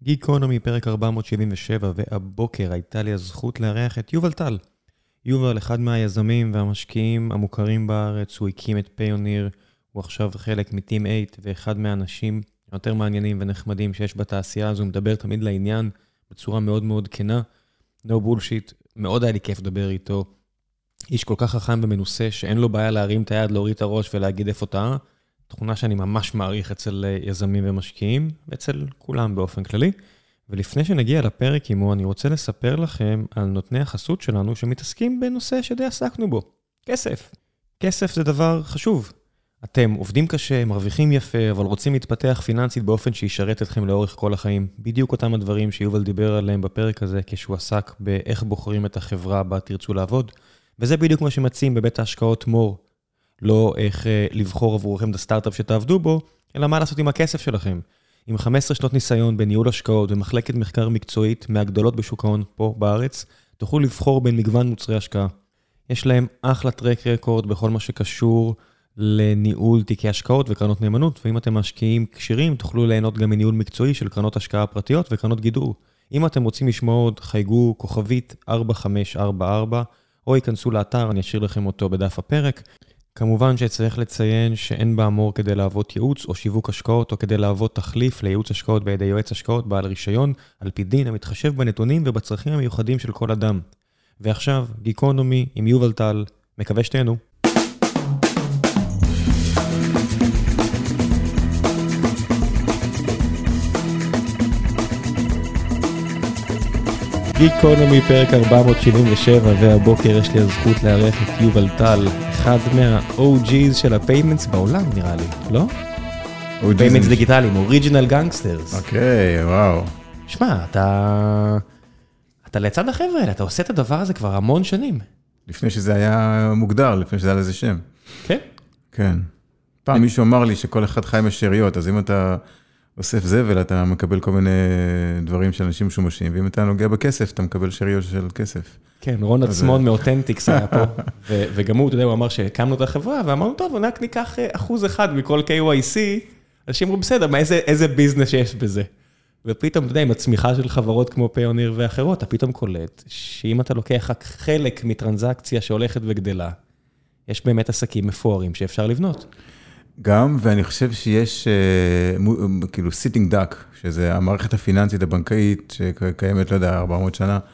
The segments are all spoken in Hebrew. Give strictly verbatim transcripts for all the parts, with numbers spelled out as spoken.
גיקונומי, פרק ארבע מאות שבעים ושבע, והבוקר הייתה לי הזכות לארח את יובל טל. יובל, אחד מהיזמים והמשקיעים המוכרים בארץ, הוא הקים את פיוניר, הוא עכשיו חלק מטים שמונה, ואחד מהאנשים יותר מעניינים ונחמדים שיש בתעשייה הזו, הוא מדבר תמיד לעניין בצורה מאוד מאוד כנה, no bullshit, מאוד היה לי כיף לדבר איתו, איש כל כך חכם ומנוסה, שאין לו בעיה להרים את היד, להוריד את הראש ולהגיד איפה טעה, תכונה שאני ממש מעריך אצל יזמים ומשקיעים, ואצל כולם באופן כללי. ולפני שנגיע לפרק עמו, אני רוצה לספר לכם על נותני החסות שלנו, שמתעסקים בנושא שדי עסקנו בו. כסף. כסף זה דבר חשוב. אתם עובדים קשה, מרוויחים יפה, אבל רוצים להתפתח פיננסית באופן שישרת אתכם לאורך כל החיים. בדיוק אותם הדברים שיובל דיבר עליהם בפרק הזה, כשהוא עסק באיך בוחרים את החברה בה תרצו לעבוד. וזה בדיוק מה שמציעים בבית ההשקעות מור. לא איך לבחור עבורכם את הסטארט-אפ שתעבדו בו, אלא מה לעשות עם הכסף שלכם. עם חמש עשרה שנות ניסיון בניהול השקעות ומחלקת מחקר מקצועית מהגדולות בשוק ההון פה בארץ, תוכלו לבחור בין מגוון מוצרי השקעה. יש להם אחלה טרק רקורד בכל מה שקשור לניהול תיקי השקעות וקרנות נאמנות, ואם אתם משקיעים קשירים, תוכלו ליהנות גם מניהול מקצועי של קרנות השקעה פרטיות וקרנות גידור. אם אתם רוצים לשמוע עוד, חייגו כוכבית ארבע חמש ארבע ארבע, או ייכנסו לאתר, אני אשאיר לכם אותו בדף הפרק. כמובן שצריך לציין שאין באמור כדי לעבוד ייעוץ או שיווק השקעות, או כדי לעבוד תחליף לייעוץ השקעות בידי יועץ השקעות בעל רישיון, על פי דין המתחשב בנתונים ובצרכים המיוחדים של כל אדם. ועכשיו, גיקונומי עם יובל טל, מקווה שתהנו. גיקונומי פרק ארבע מאות שבעים ושבע, והבוקר יש לי הזכות לארח את יובל טל, אחד מה-או ג'יז של הפיימנטס בעולם נראה לי, לא? פיימנטס דיגיטליים, אוריג'ינל גנגסטרס. אוקיי, וואו. שמע, אתה... אתה לצד החבר'ה האלה, אתה עושה את הדבר הזה כבר המון שנים. לפני שזה היה מוגדר, לפני שזה היה לזה שם. כן? כן. פעם מישהו אמר לי שכל אחד חי עם השאריות, אז אם אתה אוסף זבל, אתה מקבל כל מיני דברים של אנשים משומשים, ואם אתה נוגע בכסף, אתה מקבל שאריות של כסף. כן, רון עצמון מאותנטיקס היה פה, וגם הוא, אתה יודע, הוא אמר שהקמנו את החברה, ואמרנו, טוב, רק ניקח אחוז אחד מכל קיי וואי סי, אנשים אמרו, בסדר, מה, איזה ביזנס שיש בזה? ופתאום, אתה יודע, עם הצמיחה של חברות כמו פיוניר ואחרות, אתה פתאום קולט, שאם אתה לוקח רק חלק מטרנזקציה שהולכת וגדלה, יש באמת עסקים מפוארים שאפשר לבנות. גם, ואני חושב שיש כאילו sitting duck, שזה המערכת הפיננסית הבנקאית, שקיימת, לא יודע, ארבע מאות שנה,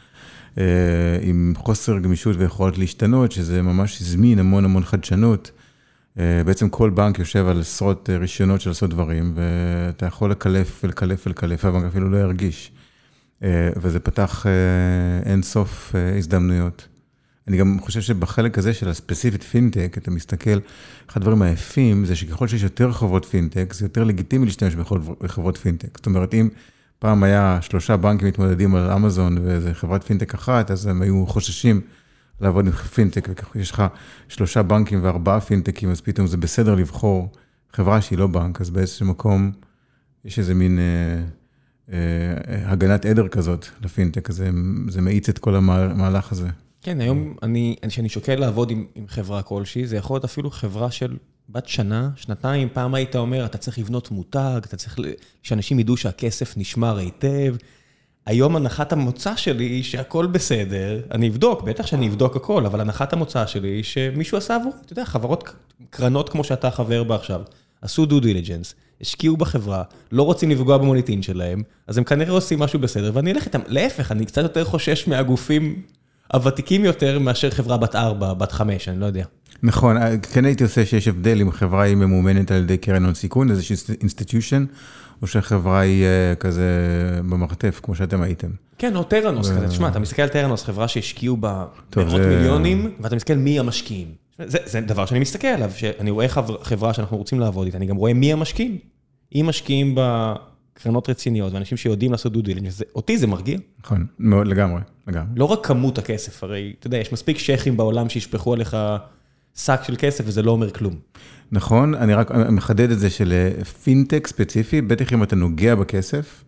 עם חוסר גמישות ויכולת להשתנות, שזה ממש זמין המון המון חדשנות. בעצם כל בנק יושב על עשרות רישיונות של לעשות דברים, ואתה יכול לקלף ולקלף ולקלף, והבנק אפילו לא ירגיש. וזה פתח אין סוף הזדמנויות. אני גם חושב שבחלק הזה של הספציפית פינטק, אתה מסתכל, אחד הדברים היפים זה שככל שיש יותר חברות פינטק, זה יותר לגיטימי להשתמש בחברות פינטק. זאת אומרת, אם פעם היה שלושה בנקים מתמודדים על אמזון, וזה חברת פינטק אחת, אז הם היו חוששים לעבוד עם פינטק, וככה יש לך שלושה בנקים וארבעה פינטקים, אז פתאום זה בסדר לבחור חברה שהיא לא בנק, אז באיזשהו מקום יש איזה מין אה, אה, הגנת עדר כזאת לפינטק, אז זה, זה מאיץ את כל המהלך הזה. כן, היום אני, שאני שוקל לעבוד עם, עם חברה כלשהי, זה יכול להיות אפילו חברה של בת שנה, שנתיים, פעם היית אומר, אתה צריך לבנות מותג, אתה צריך שאנשים ידעו שהכסף נשמר היטב. היום הנחת המוצא שלי היא שהכל בסדר, אני אבדוק, בטח שאני אבדוק הכל, אבל הנחת המוצא שלי היא שמישהו עשה עבור, אתה יודע, חברות קרנות כמו שאתה חבר בה עכשיו, עשו דו דיליג'נס, השקיעו בחברה, לא רוצים לפגוע במוניטין שלהם, אז הם כנראה עושים משהו בסדר, ואני אלך איתם, להפך, אני קצת יותר חושש מהגופים הוותיקים יותר מאשר חברה בת ארבע, בת חמש, אני לא יודע. נכון, כן הייתי עושה שיש הבדל אם חברה היא ממומנת על ידי קרן הון סיכון, איזושהי אינסטיטיושן, או שהחברה היא כזה במרתף, כמו שאתם הייתם. כן, או טרנוס כזה. תשמע, אתה מסתכל על טרנוס, חברה שהשקיעו בה מאות מיליונים, ואתה מסתכל מי המשקיעים. זה דבר שאני מסתכל עליו, שאני רואה חברה שאנחנו רוצים לעבוד איתה, אני גם רואה מי המשקיעים. אם משקיעים בקרנות רציניות, ואנשים שיודעים לעשות דו דיליג'נס, אותי זה מרגיע. נכון, מאוד, לגמרי, לגמרי. לא רק כמות הכסף, הרי, אתה יודע, יש מספיק שייכים בעולם שישפכו עליך שק של כסף, וזה לא אומר כלום. נכון, אני רק מחדד את זה של פינטק ספציפי, בטח אם אתה נוגע בכסף,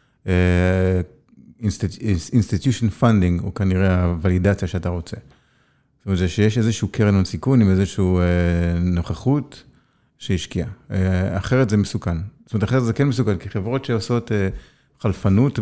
institution funding, או כנראה הוולידציה שאתה רוצה. זאת אומרת, שיש איזשהו קרן הון סיכון, עם איזשהו נוכחות שהשקיע. אחרת זה מסוכן. זאת אומרת, אחרת זה כן מסוכן, כי חברות שעושות חלפנות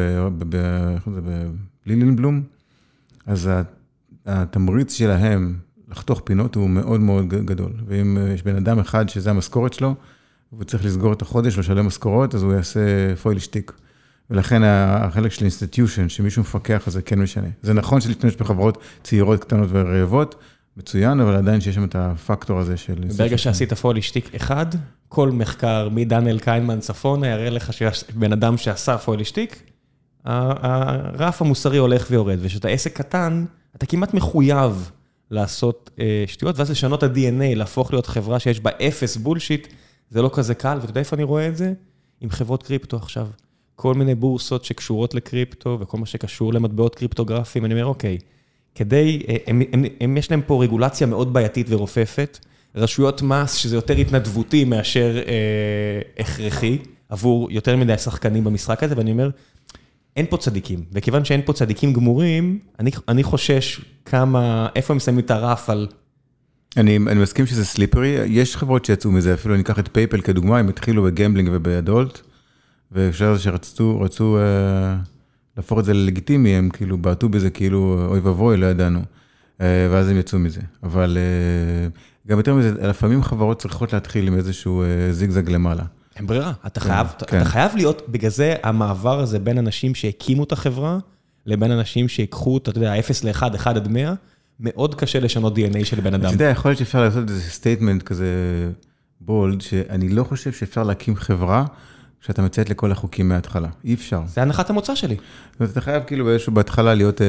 בלילנבלום, אז התמריץ שלהם לחתוך פינות הוא מאוד מאוד גדול. ואם יש בן אדם אחד שזה המשכורת שלו, והוא צריך לסגור את החודש ולשלם משכורות, אז הוא יעשה פויל שטיק. ולכן החלק של אינסטיטיושן, שמישהו מפקח, אז זה כן משנה. זה נכון שלפני בחברות צעירות, קטנות ורעבות, מצוין, אבל עדיין שיש שם את הפקטור הזה של... ברגע שעשית פויל שטיק אחד, כל מחקר מדניאל קיינמן צפון, יראה לך שיש בן אדם שעשה פויל שטיק, הרף המוסרי הולך ויורד, ושאתה עסק קטן, אתה כמעט מחויב לעשות שטויות, ואז לשנות ה-די אן איי, להפוך להיות חברה שיש בה אפס בולשיט, זה לא כזה קל, ואתה יודע איפה אני רואה את זה? עם חברות קריפטו עכשיו. כל מיני בורסות שקשורות לקריפטו, וכל מה שקשור למטבעות קריפטוגרפיים, אני אומר, אוקיי, כדי, הם, הם, הם, יש להם פה רגולציה מאוד בעייתית ורופפת, רשויות מס שזה יותר התנדבותי מאשר אה, הכרחי, עבור יותר מדי שחקנים במשחק הזה, ואני אומר, אין פה צדיקים, וכיוון שאין פה צדיקים גמורים, אני, אני חושש כמה, איפה הם שמים את הרף על... אני, אני מסכים שזה סליפרי, יש חברות שיצאו מזה, אפילו אני אקח את פייפל כדוגמה, הם התחילו בגמבלינג ובאדולט, ואפשר שרצו, רצו אה, להפוך את זה ללגיטימי, הם כאילו בעטו בזה כאילו אוי ובוי, לא ידענו, אה, ואז הם יצאו מזה. אבל אה, גם יותר מזה, לפעמים חברות צריכות להתחיל עם איזשהו אה, זיגזג למעלה. אין ברירה, אתה חייב, אתה חייב להיות, בגלל זה המעבר הזה בין אנשים שהקימו את החברה, לבין אנשים שיקחו, אתה יודע, אפס לאחד, אחד עד מאה, מאוד קשה לשנות די אן איי של בן אדם. אתה יודע, יכול להיות שאפשר לעשות איזה סטייטמנט כזה בולד, שאני לא חושב שאפשר להקים חברה, כשאתה מציית לכל החוקים מההתחלה. אי אפשר. זה הנחת המוצא שלי. אתה חייב כאילו באיזשהו בהתחלה להיות,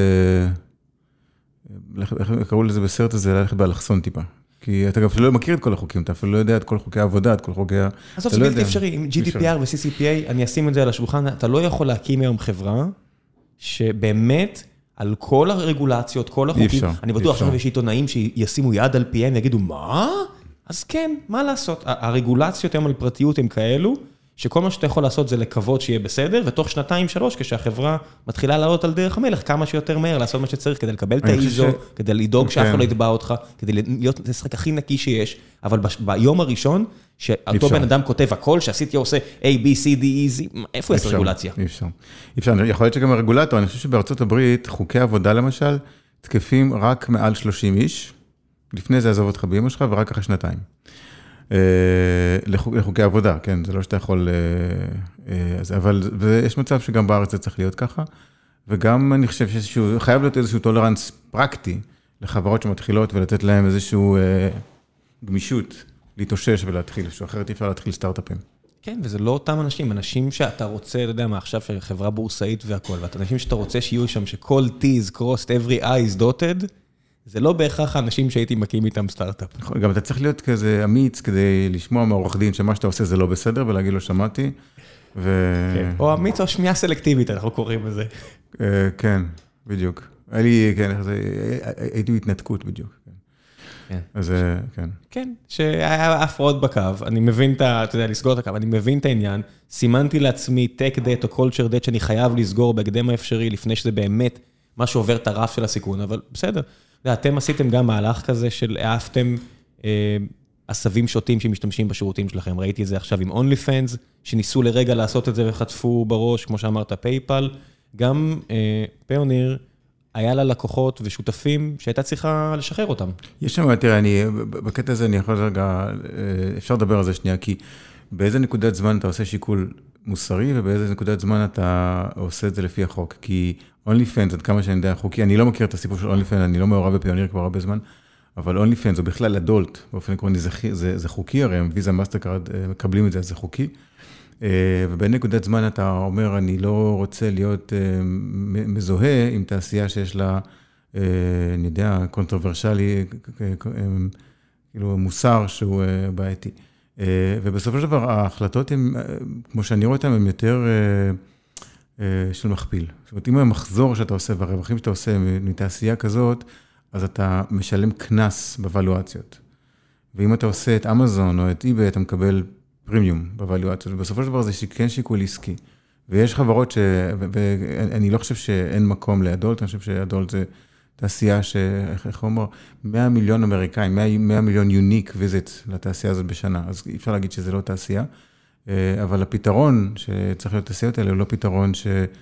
איך קראו לזה בסרט הזה, ללכת באלכסון טיפה. כי אתה גם לא מכיר את כל החוקים, אתה אפילו לא יודע את כל חוקי העבודה, את כל חוקי... אז זה בלתי אפשרי, עם ג'י די פי אר ו-סי סי פי איי, אני אשים את זה על השולחן, אתה לא יכול להקים היום חברה, שבאמת, על כל הרגולציות, כל החוקים, אני בטוח עכשיו יש עיתונאים שישימו יד על פיהם, יגידו, מה? אז כן, מה לעשות? הרגולציות היום על פרטיות הם כאלו, שכל מה שאתה יכול לעשות זה לקוות שיהיה בסדר, ותוך שנתיים, שלוש, כשהחברה מתחילה לעלות על דרך המלך, כמה שיותר מהר לעשות מה שצריך, כדי לקבל את האיזו, כדי לדאוג שאף אחד לא יתבע אותך, כדי להיות לשחק הכי נקי שיש, אבל ביום הראשון, שאותו בן אדם כותב הכל, שעשיתי עושה A, B, C, D, E, Z, איפה יש רגולציה? אי אפשר. אי אפשר. יכול להיות שגם הרגולטור, אני חושב שבארצות הברית, חוקי עבודה למשל, תקפים רק מעל שלושים איש, לפני זה עזוב אותך באמא שלך, ורק אחרי שנתיים. לחוקי עבודה, כן, זה לא שאתה יכול, אבל יש מצב שגם בארץ זה צריך להיות ככה, וגם אני חושב שהוא חייב להיות איזשהו טולרנס פרקטי לחברות שמתחילות ולתת להם איזשהו גמישות להתאושש ולהתחיל, אחרת אפשר להתחיל סטארט-אפים. כן, וזה לא אותם אנשים, אנשים שאתה רוצה, אתה יודע מה, עכשיו חברה בורסאית והכל, ואת אנשים שאתה רוצה שיהיו שם, שכל T's crossed, every I is dotted, זה לא בהכרח האנשים שהייתי מקים איתם סטארט-אפ. גם אתה צריך להיות כזה אמיץ כדי לשמוע מעורך דין שמה שאתה עושה זה לא בסדר, ולהגיד לו שמעתי. או אמיץ או שמיעה סלקטיבית, אנחנו קוראים לזה. כן, בדיוק. הייתי בהתנתקות בדיוק. אז כן. כן, שהיה הפרעות בקו, אני מבין את ה... אתה יודע, לסגור את הקו, אני מבין את העניין, סימנתי לעצמי tech debt או culture debt שאני חייב לסגור בהקדם האפשרי, לפני שזה באמת מה שעובר את הרף של הסיכון, אבל בסדר. אתם עשיתם גם מהלך כזה של העפתם עשבים שוטים שמשתמשים בשירותים שלכם. ראיתי את זה עכשיו עם OnlyFans, שניסו לרגע לעשות את זה וחטפו בראש, כמו שאמרת, פייפל. גם פיוניר היה לה לקוחות ושותפים שהייתה צריכה לשחרר אותם. יש שם, תראה, אני, בקטע הזה אני יכול רגע, אפשר לדבר על זה שנייה, כי באיזה נקודת זמן אתה עושה שיקול מוסרי, ובאיזה נקודת זמן אתה עושה את זה לפי החוק. כי OnlyFans, עד כמה שאני יודע חוקי, אני לא מכיר את הסיפור של OnlyFans, אני לא מעורב בפיוניר כבר הרבה זמן, אבל OnlyFans הוא בכלל אדולט, באופן עקרוני זה, זה, זה חוקי, הרי ויזה מאסטרקארד מקבלים את זה, אז זה חוקי. ובנקודת זמן אתה אומר, אני לא רוצה להיות מזוהה עם תעשייה שיש לה, אני יודע, קונטרוברשלי, כאילו מוסר שהוא בעייתי. ובסופו של דבר, ההחלטות הן, כמו שאני רואה אותן, הן יותר של מכפיל. זאת אומרת, אם המחזור שאתה עושה והרווחים שאתה עושה מתעשייה כזאת, אז אתה משלם קנס בוולואציות. ואם אתה עושה את אמזון או את eBay, אתה מקבל פרימיום בוולואציות. ובסופו של דבר זה כן שיקול עסקי. ויש חברות ש... ואני לא חושב שאין מקום לאדולט, אני חושב שאדולט זה תעשייה ש... איך הוא אומר? מאה מיליון אמריקאים, מאה מיליון יוניק ויזיט לתעשייה הזאת בשנה. אז אי אפשר להגיד שזה לא תעשייה. אבל הפתרון שצריך להיות הסיעות האלה, הוא לא פתרון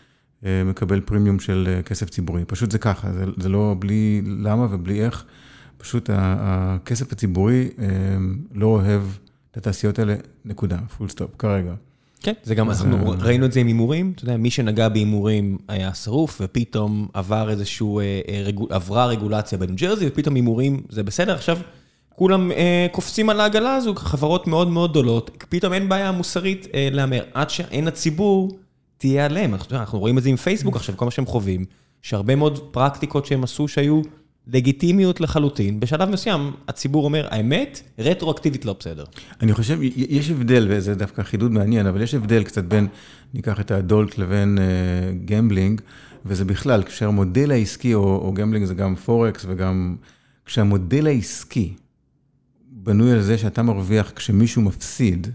שמקבל פרימיום של כסף ציבורי. פשוט זה ככה, זה, זה לא בלי למה ובלי איך. פשוט הכסף הציבורי לא אוהב את התעשיות האלה, נקודה, פול סטופ, כרגע. כן, זה גם, אנחנו ראינו את זה עם הימורים, אתה יודע, מי שנגע בהימורים היה שרוף, ופתאום עבר איזשהו, עברה רגולציה בניו ג'רזי, ופתאום הימורים זה בסדר, עכשיו כולם קופצים על העגלה הזו, חברות מאוד מאוד גדולות, פתאום אין בעיה מוסרית לאמר, עד שאין הציבור תהיה עליהם, אנחנו רואים את זה עם פייסבוק עכשיו, כל מה שהם חווים, שהרבה מאוד פרקטיקות שהם עשו שהיו לגיטימיות לחלוטין, בשלב מסוים הציבור אומר, האמת, רטרואקטיבית לא בסדר. אני חושב, יש הבדל, וזה דווקא חידוד מעניין, אבל יש הבדל קצת בין, ניקח את האדולט לבין גמבלינג, וזה בכלל, כשהמודל העסקי, או, או גמבלינג זה גם פורקס, וגם כשהמודל העסקי בנוי על זה שאתה מרוויח כשמישהו מפסיד,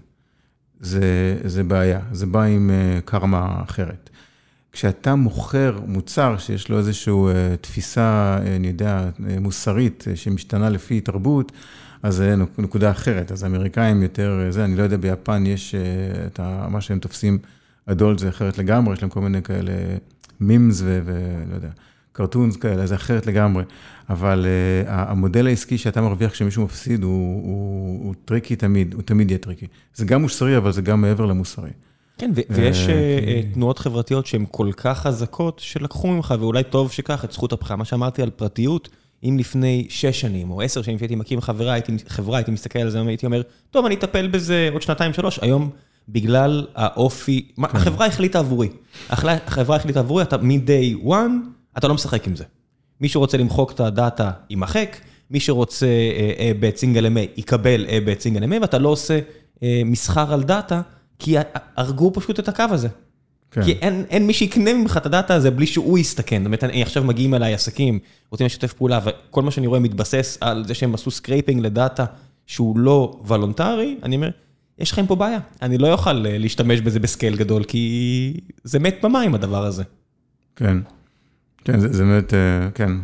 זה, זה בעיה, זה בא עם קרמה אחרת. כשאתה מוכר מוצר שיש לו איזושהי תפיסה, אני יודע, מוסרית, שמשתנה לפי תרבות, אז זה נקודה אחרת. אז האמריקאים יותר, זה, אני לא יודע, ביפן יש את מה שהם תופסים, הדולט זה אחרת לגמרי, יש להם כל מיני כאלה מימס ולא יודע, קרטונס כאלה, זה אחרת לגמרי. אבל המודל העסקי שאתה מרוויח כשמישהו מפסיד, הוא, הוא, הוא טריקי תמיד, הוא תמיד יהיה טריקי. זה גם מוסרי, אבל זה גם מעבר למוסרי. כן, ויש תנועות חברתיות שהן כל כך חזקות, שלקחו ממך, ואולי טוב שכך, את זכות הבחירה. מה שאמרתי על פרטיות, אם לפני שש שנים, או עשר שנים שהייתי מקים חברה, הייתי מסתכל על זה, הייתי אומר, טוב, אני אטפל בזה עוד שנתיים, שלוש, היום, בגלל האופי, החברה החליטה עבורי. החברה החליטה עבורי, אתה מ-day one, אתה לא משחק עם זה. מי שרוצה למחוק את הדאטה, יימחק, מי שרוצה בית סינגל אמי, יקבל בית סינגל אמי, ואתה לא עושה מסחר על דאטה, כי הרגו פשוט את הקו הזה. כן. כי אין, אין מי שיקנה ממך את הדאטה הזה בלי שהוא יסתכן. זאת אומרת, אני עכשיו מגיעים אליי עסקים, רוצים לשתף פעולה, וכל מה שאני רואה מתבסס על זה שהם עשו סקרייפינג לדאטה שהוא לא וולונטרי, אני אומר, יש לכם פה בעיה. אני לא יוכל להשתמש בזה בסקייל גדול, כי זה מת במים הדבר הזה. כן. כן, זה, זה באמת, כן,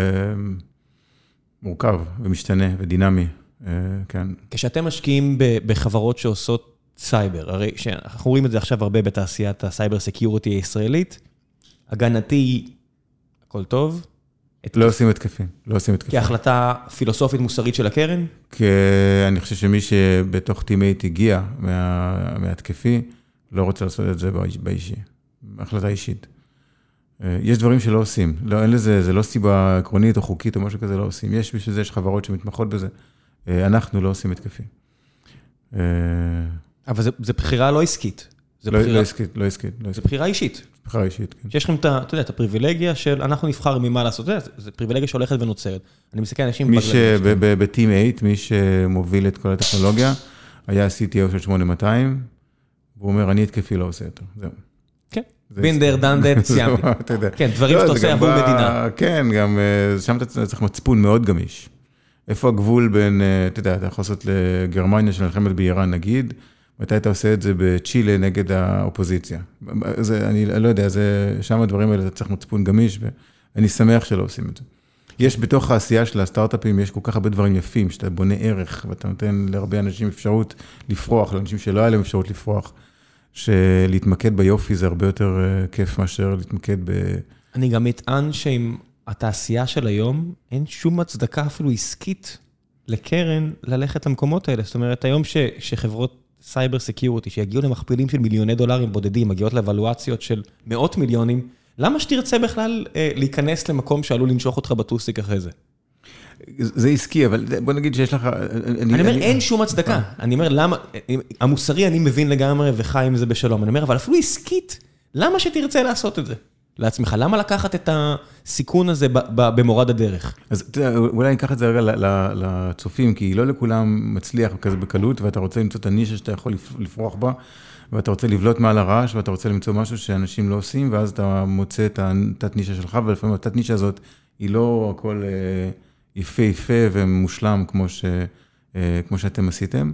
מורכב ומשתנה ודינמי. כן. כשאתם משקיעים בחברות שעושות סייבר, הרי שאנחנו רואים את זה עכשיו הרבה בתעשיית הסייבר סקיוריטי הישראלית, הגנתי, הכל טוב. לא עושים התקפים, לא עושים התקפים. כהחלטה פילוסופית מוסרית של הקרן? כי אני חושב שמי שבתוך טימייט הגיע מהתקפי, לא רוצה לעשות את זה באישי, החלטה אישית. יש דברים שלא עושים, לא, אין לזה, זה לא סיבה עקרונית או חוקית או משהו כזה, לא עושים. יש בשביל זה, יש חברות שמתמחות בזה, אנחנו לא עושים התקפים. אבל זו בחירה לא עסקית. לא עסקית, לא עסקית. זו בחירה אישית. בחירה אישית, כן. שיש לכם את הפריבילגיה של אנחנו נבחר ממה לעשות, זו פריבילגיה שהולכת ונוצרת. אני מסתכל אנשים... מי שבטימייט, מי שמוביל את כל הטכנולוגיה, היה סי טי או של שמונה מאתיים, והוא אומר, אני התקפי לא עושה יותר, זהו. כן, בינדר, דנדט, סיימתי. כן, דברים שאתה עושה עבור מדינה. כן, גם שם אתה צריך מצפון מאוד גמיש. איפה הגבול בין, אתה יודע, אתה יכול לעשות לגרמניה שנלחמת באיראן, נגיד, מתי אתה עושה את זה בצ'ילה נגד האופוזיציה. זה, אני לא יודע, זה, שם הדברים האלה, אתה צריך מצפון גמיש, ואני שמח שלא עושים את זה. יש בתוך העשייה של הסטארט-אפים, יש כל כך הרבה דברים יפים, שאתה בונה ערך, ואתה נותן להרבה אנשים אפשרות לפרוח, לאנשים שלא היה להם אפשרות לפרוח, שלהתמקד ביופי זה הרבה יותר כיף מאשר להתמקד ב... אני גם מטען שעם התעשייה של היום, אין שום הצדקה אפילו עסקית לקרן ללכת למקומות האלה. זאת אומרת, היום ש, שחברות סייבר סקיוריטי, שיגיעו למכפילים של מיליוני דולרים בודדים, מגיעות לאבלואציות של מאות מיליונים, למה שתרצה בכלל אה, להיכנס למקום שעלול לנשוך אותך בטוסיק אחרי זה? זה עסקי, אבל בוא נגיד שיש לך... אני, אני אומר, אני... אין שום הצדקה. אני אומר, למה... המוסרי אני מבין לגמרי וחי עם זה בשלום. אני אומר, אבל אפילו עסקית, למה שתרצה לעשות את זה? לעצמך, למה לקחת את הסיכון הזה במורד הדרך? אז אולי אני אקח את זה רגע לצופים, כי לא לכולם מצליח כזה בקלות, ואתה רוצה למצוא את הנישה שאתה יכול לפרוח בה, ואתה רוצה לבלוט מעל הרעש, ואתה רוצה למצוא משהו שאנשים לא עושים, ואז אתה מוצא את התת נישה שלך, ולפעמים התת נישה הזאת היא לא הכל יפה יפה ומושלם כמו, ש, כמו שאתם עשיתם.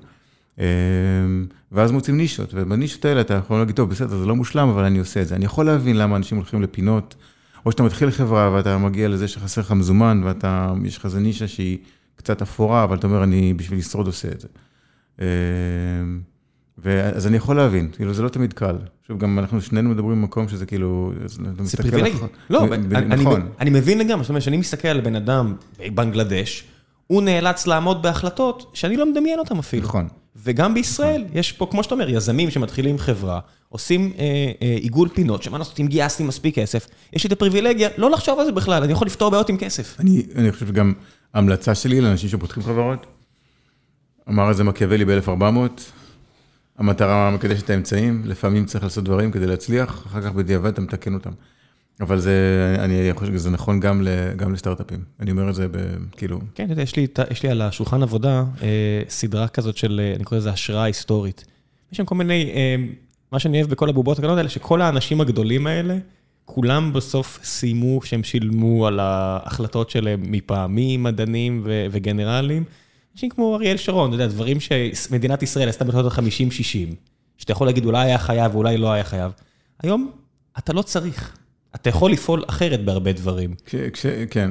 ואז מוצאים נישות, ובנישות האלה אתה יכול להגיד, טוב, בסדר, זה לא מושלם, אבל אני עושה את זה. אני יכול להבין למה אנשים הולכים לפינות, או שאתה מתחיל חברה, ואתה מגיע לזה שחסר לך מזומן, ואתה, יש לך איזו נישה שהיא קצת אפורה, אבל אתה אומר, אני בשביל לשרוד עושה את זה. אז אני יכול להבין, כאילו זה לא תמיד קל. שוב, גם אנחנו שנינו מדברים במקום שזה כאילו... זה פריבילגי. לא, אני מבין לגמרי, זאת אומרת, שאני מסתכל על בן אדם בבנגלדש, הוא נאלץ לעמוד בהחלטות שאני לא מדמיין אותם אפילו. נכון. וגם בישראל, יש פה, כמו שאתה אומר, יזמים שמתחילים חברה, עושים עיגול פינות, שמה לעשות, אם גייסתי מספיק כסף, יש לי את הפריבילגיה, לא לחשוב על זה בכלל, אני יכול לפתור בעיות עם כסף. אני חושב שגם ההמלצה שלי לאנשים שפותחים חברות, אמר את זה מקיאוולי ב-אלף וארבע מאות, המטרה מקדשת את האמצעים, לפעמים צריך לעשות דברים כדי להצליח, אחר כך בדיעבד אתה מתקן אותם. אבל זה, אני חושב שזה נכון גם, גם לסטארט-אפים. אני אומר את זה כאילו... כן, אתה יודע, יש לי, יש לי על השולחן עבודה סדרה כזאת של, אני קורא לזה השראה היסטורית. יש שם כל מיני, מה שאני אוהב בכל הבובות הקטנות האלה, שכל האנשים הגדולים האלה, כולם בסוף סיימו שהם שילמו על ההחלטות שלהם מפעמים, מדענים וגנרלים. אנשים כמו אריאל שרון, אתה יודע, דברים שמדינת ישראל עשתה בשנות ה-חמישים שישים, שאתה יכול להגיד אולי היה חייב ואולי לא היה חייב. היום אתה לא צריך. אתה יכול לפעול אחרת בהרבה דברים. כן.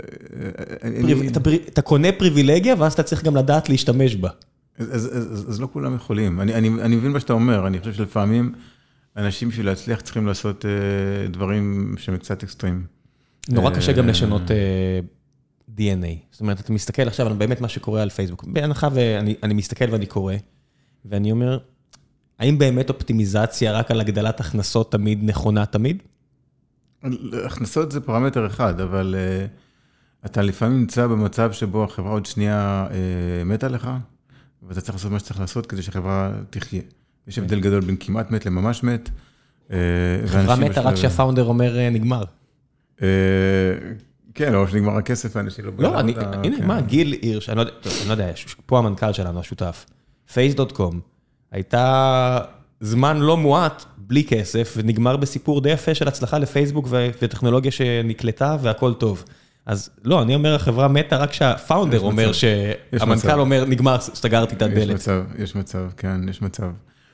אתה קונה פריבילגיה, ואז אתה צריך גם לדעת להשתמש בה. אז לא כולם יכולים. אני מבין מה שאתה אומר, אני חושב שלפעמים אנשים בשביל להצליח צריכים לעשות דברים שהם קצת אקסטרים. נורא קשה גם לשנות די אן איי. זאת אומרת, אתה מסתכל עכשיו על באמת מה שקורה על פייסבוק. בהנחה ואני מסתכל ואני קורא, ואני אומר, האם באמת אופטימיזציה רק על הגדלת הכנסות תמיד נכונה תמיד? הכנסות זה פרמטר אחד, אבל uh, אתה לפעמים נמצא במצב שבו החברה עוד שנייה uh, מתה לך, ואתה צריך לעשות מה שצריך לעשות כדי שהחברה תחיה. יש הבדל גדול בין כמעט מת לממש מת. Uh, חברה מתה רק שהפאונדר אומר uh, נגמר. Uh, כן, או שנגמר הכסף, ואנשים לא... לא, אני, אתה, הנה, כן. מה, גיל הירש, אני לא, אני לא יודע, פה המנכ"ל שלנו, השותף, פייס דוט קום, הייתה זמן לא מועט, בלי כסף, ונגמר בסיפור די יפה של הצלחה לפייסבוק וטכנולוגיה שנקלטה, והכל טוב. אז לא, אני אומר, החברה מתה רק שהפאונדר אומר, שהמנכ"ל אומר, נגמר, סגרתי את הדלת. יש מצב, יש מצב, כן, יש מצב.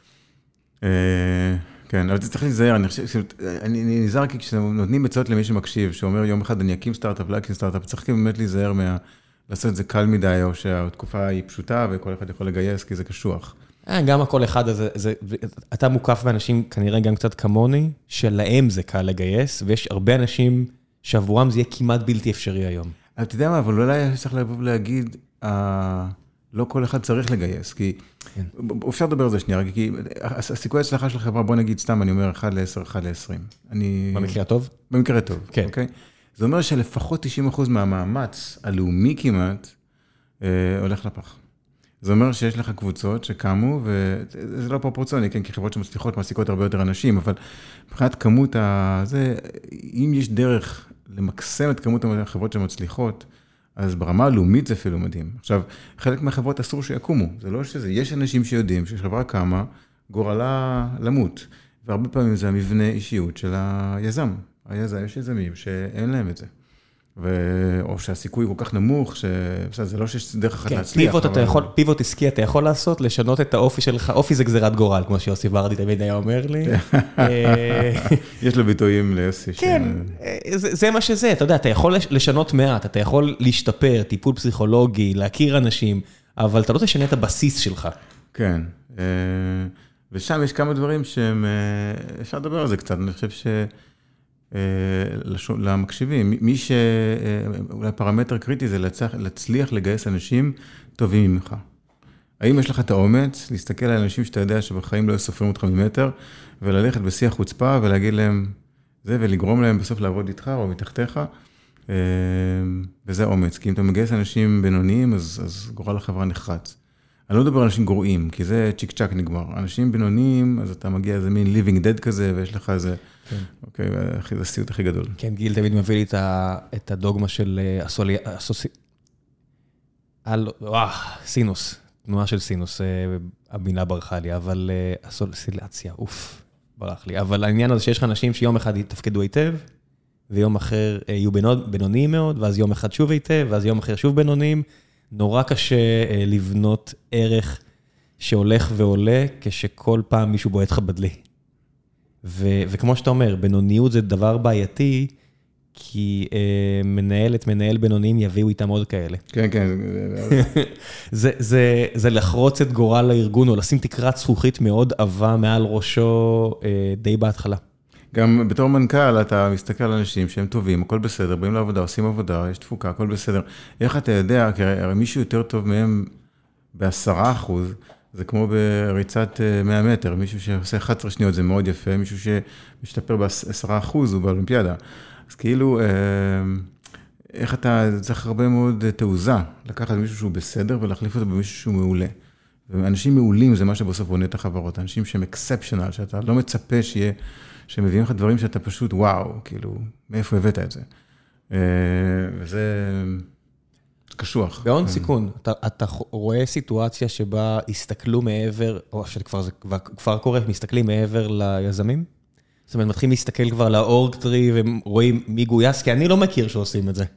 כן, אבל אתה צריך להיזהר, אני חושב, אני נזהר כי כשנותנים עצות למי שמקשיב, שאומר יום אחד אני אקים סטארט-אפ, לא אקים סטארט-אפ, צריך באמת להיזהר לעשות את זה קל מדי, או שהתקופה היא פשוטה, וכל אחד יכול לגייס, כי זה קשוח. גם הכל אחד הזה, אתה מוקף באנשים כנראה גם קצת כמוני, שלהם זה קל לגייס, ויש הרבה אנשים שעבורם זה יהיה כמעט בלתי אפשרי היום. אתה יודע מה, אבל אולי צריך לבוא ולהגיד, לא כל אחד צריך לגייס, כי אפשר לדבר על זה שנייה, כי הסיכוי הצלחה של החברה, בוא נגיד סתם, אני אומר אחד לעשר, אחד לעשרים. במקרה הטוב? במקרה הטוב, אוקיי? זה אומר שלפחות תשעים אחוז מהמאמץ הלאומי כמעט, הולך לפח. זה אומר שיש לך קבוצות שקמו, וזה לא פרופורציוני, כן, כי חברות שמצליחות מעסיקות הרבה יותר אנשים, אבל מבחינת כמות הזה, אם יש דרך למקסם את כמות החברות שמצליחות, אז ברמה הלאומית זה אפילו מדהים. עכשיו, חלק מהחברות אסור שיקומו, זה לא שזה, יש אנשים שיודעים שחברה קמה, גורלה למות, והרבה פעמים זה המבנה אישיות של היזם. היזם, יש יזמים שאין להם את זה. או שהסיכוי כל כך נמוך, שזה לא שיש דרך אחת להצליח. פיבוט עסקי אתה יכול לעשות, לשנות את האופי שלך, אופי זה גזירת גורל, כמו שיוסי ורדי תמיד היה אומר לי. יש לו ביטויים ליוסי. כן, זה מה שזה, אתה יודע, אתה יכול לשנות מעט, אתה יכול להשתפר, טיפול פסיכולוגי, להכיר אנשים, אבל אתה לא תשנה את הבסיס שלך. כן, ושם יש כמה דברים שהם, אפשר לדבר על זה קצת, אני חושב ש... למקשיבים, מי שאולי פרמטר קריטי זה להצליח לגייס אנשים טובים ממך. האם יש לך את האומץ להסתכל על אנשים שאתה יודע שבחיים לא סופרים אותך ממטר, וללכת בשיח חוצפה ולהגיד להם זה, ולגרום להם בסוף לעבוד איתך או מתחתיך, וזה אומץ. כי אם אתה מגייס אנשים בינוניים, אז, אז גורל החברה נחרץ. אני לא מדבר על אנשים גרועים, כי זה צ'יק צ'ק נגמר. אנשים בינוניים, אז אתה מגיע איזה מין living dead כזה, ויש לך איזה, אוקיי, זה הסיוט הכי גדול. כן, גיל תמיד מביא לי את הדוגמה של סינוס, תנועה של סינוס, המילה ברחה לי, אבל אסולסילציה, אוף, ברח לי. אבל העניין הזה שיש לך אנשים שיום אחד יתפקדו היטב, ויום אחר יהיו בינוניים מאוד, ואז יום אחד שוב היטב, ואז יום אחר שוב בינוניים, נורא קשה לבנות ערך שהולך ועולה, כשכל פעם מישהו בועט לך בדלי. ו- וכמו שאתה אומר, בינוניות זה דבר בעייתי, כי אה, מנהלת, מנהל בינוניים יביאו איתם עוד כאלה. כן, כן. זה, זה, זה לחרוץ את גורל הארגון, או לשים תקרת זכוכית מאוד עבה מעל ראשו אה, די בהתחלה. גם בתור מנכ"ל, אתה מסתכל על אנשים שהם טובים, הכל בסדר, באים לעבודה, עושים עבודה, יש תפוקה, הכל בסדר. איך אתה יודע, כי הרי מישהו יותר טוב מהם בעשרה אחוז, זה כמו בריצת מאה מטר, מישהו שעושה אחת עשרה שניות, זה מאוד יפה, מישהו שמשתפר בעשרה אחוז, הוא באולימפיאדה. אז כאילו, איך אתה צריך הרבה מאוד תעוזה, לקחת מישהו שהוא בסדר ולהחליף אותו במישהו שהוא מעולה. ואנשים מעולים זה מה שבסוף בונה את החברות, אנשים שהם אקספשיונל, שאתה לא מצפה שיהיה, שמביאים לך דברים שאתה פשוט וואו, כאילו, מאיפה הבאת את זה? וזה קשוח. בהון סיכון, אתה, אתה רואה סיטואציה שבה הסתכלו מעבר, או שכבר זה כבר קורה, מסתכלים מעבר ליזמים? זאת אומרת, מתחילים להסתכל כבר לאורג טרי, ורואים מי גויס, כי אני לא מכיר שעושים את זה.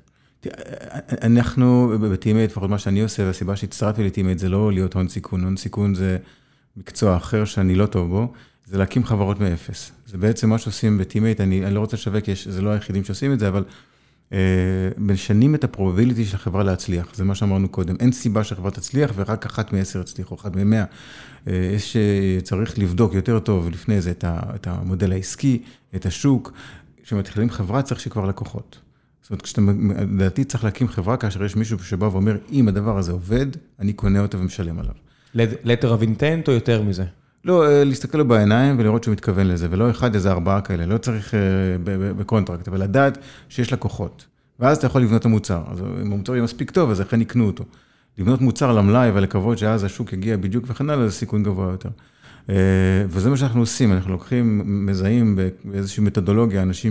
אנחנו בטימייט, לפחות מה שאני עושה, והסיבה שהצטרפתי לטימייט, זה לא להיות הון סיכון. הון סיכון זה מקצוע אחר שאני לא טוב בו, זה להקים חברות מאפס. זה בעצם מה שעושים בטימייט, אני, אני לא רוצה לשווק, זה לא היחידים שעושים את זה, אבל אה, משנים את הפרובביליטי של החברה להצליח. זה מה שאמרנו קודם. אין סיבה שהחברה תצליח, ורק אחת מעשר הצליח, או אחת ממאה. אה, יש שצריך לבדוק יותר טוב לפני זה את, ה, את המודל העסקי, את השוק. כשמתחילים חברה, צריך שכבר לקוחות. זאת אומרת, כשאתה, לדעתי, צריך להקים חברה, כאשר יש מישהו שבא ואומר, אם הדבר הזה עובד, אני קונה אותו ומשלם עליו. לטר of intent או יותר מזה? לא, להסתכל לו בעיניים ולראות שהוא מתכוון לזה, ולא אחד איזה ארבעה כאלה, לא צריך בקונטרקט, אבל לדעת שיש לקוחות. ואז אתה יכול לבנות את המוצר. אז אם המוצר יהיה מספיק טוב, אז לכן יקנו אותו. לבנות מוצר למלאי ולקוות שאז השוק יגיע בדיוק וכן הלאה, זה סיכון גבוה יותר. וזה מה שאנחנו עושים, אנחנו לוקחים, מזהים באיזושהי מתודולוגיה, אנשים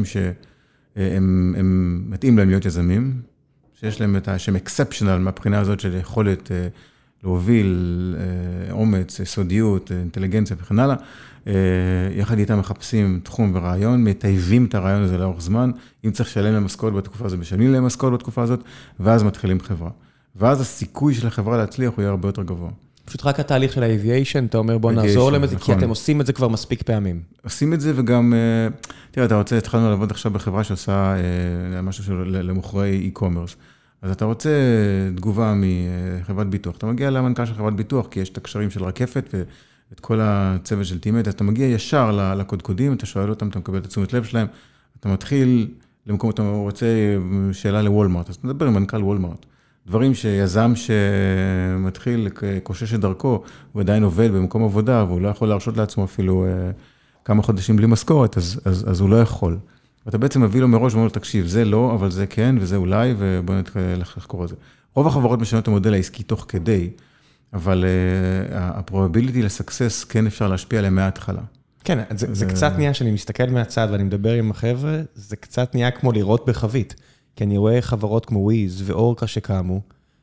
שהם מתאים להם להיות יזמים, שיש להם את השם אקספשיונל מהבחינה הזאת של יכולת להוביל אומץ, סודיות, אינטליגנציה וכן הלאה. יחד איתם מחפשים תחום ורעיון, מטייבים את הרעיון הזה לאורך זמן, אם צריך לשלם להם משכורת בתקופה הזאת, משלמים להם משכורת בתקופה הזאת, ואז מתחילים חברה. ואז הסיכוי של החברה להצליח הוא יהיה הרבה יותר גבוה. פשוט רק התהליך של האביאשן, אתה אומר בוא נעזור להם את זה, כי אתם עושים את זה כבר מספיק פעמים. עושים את זה וגם, תראה, אתה רוצה, התחלנו לעבוד עכשיו בחברה שעושה משהו למוכרי e-commerce. אז אתה רוצה תגובה מחברת ביטוח, אתה מגיע למנכ"ל של חברת ביטוח, כי יש את הקשרים של רקפת ואת כל הצוות של טימייט, אז אתה מגיע ישר לקודקודים, אתה שואל אותם, אתה מקבל את תשומת לב שלהם, אתה מתחיל למקום, אתה רוצה שאלה לוולמרט, אז אתה מדבר עם מנכ"ל וולמרט. דברים שיזם שמתחיל קושש את דרכו, הוא עדיין עובד במקום עבודה, והוא לא יכול להרשות לעצמו אפילו כמה חודשים בלי משכורת, אז, אז, אז הוא לא יכול. ואתה בעצם מביא לו מראש, ואומר לו, תקשיב, זה לא, אבל זה כן, וזה אולי, ובוא נתחיל לחקור את זה. רוב החברות משנות את המודל העסקי תוך כדי, אבל ה-probability ל-success כן אפשר להשפיע עליהם מההתחלה. כן, זה, זה קצת נהיה, שאני מסתכל מהצד ואני מדבר עם החבר'ה, זה קצת נהיה כמו לראות בחבית. כי אני רואה חברות כמו וויז ואורקה שקמו,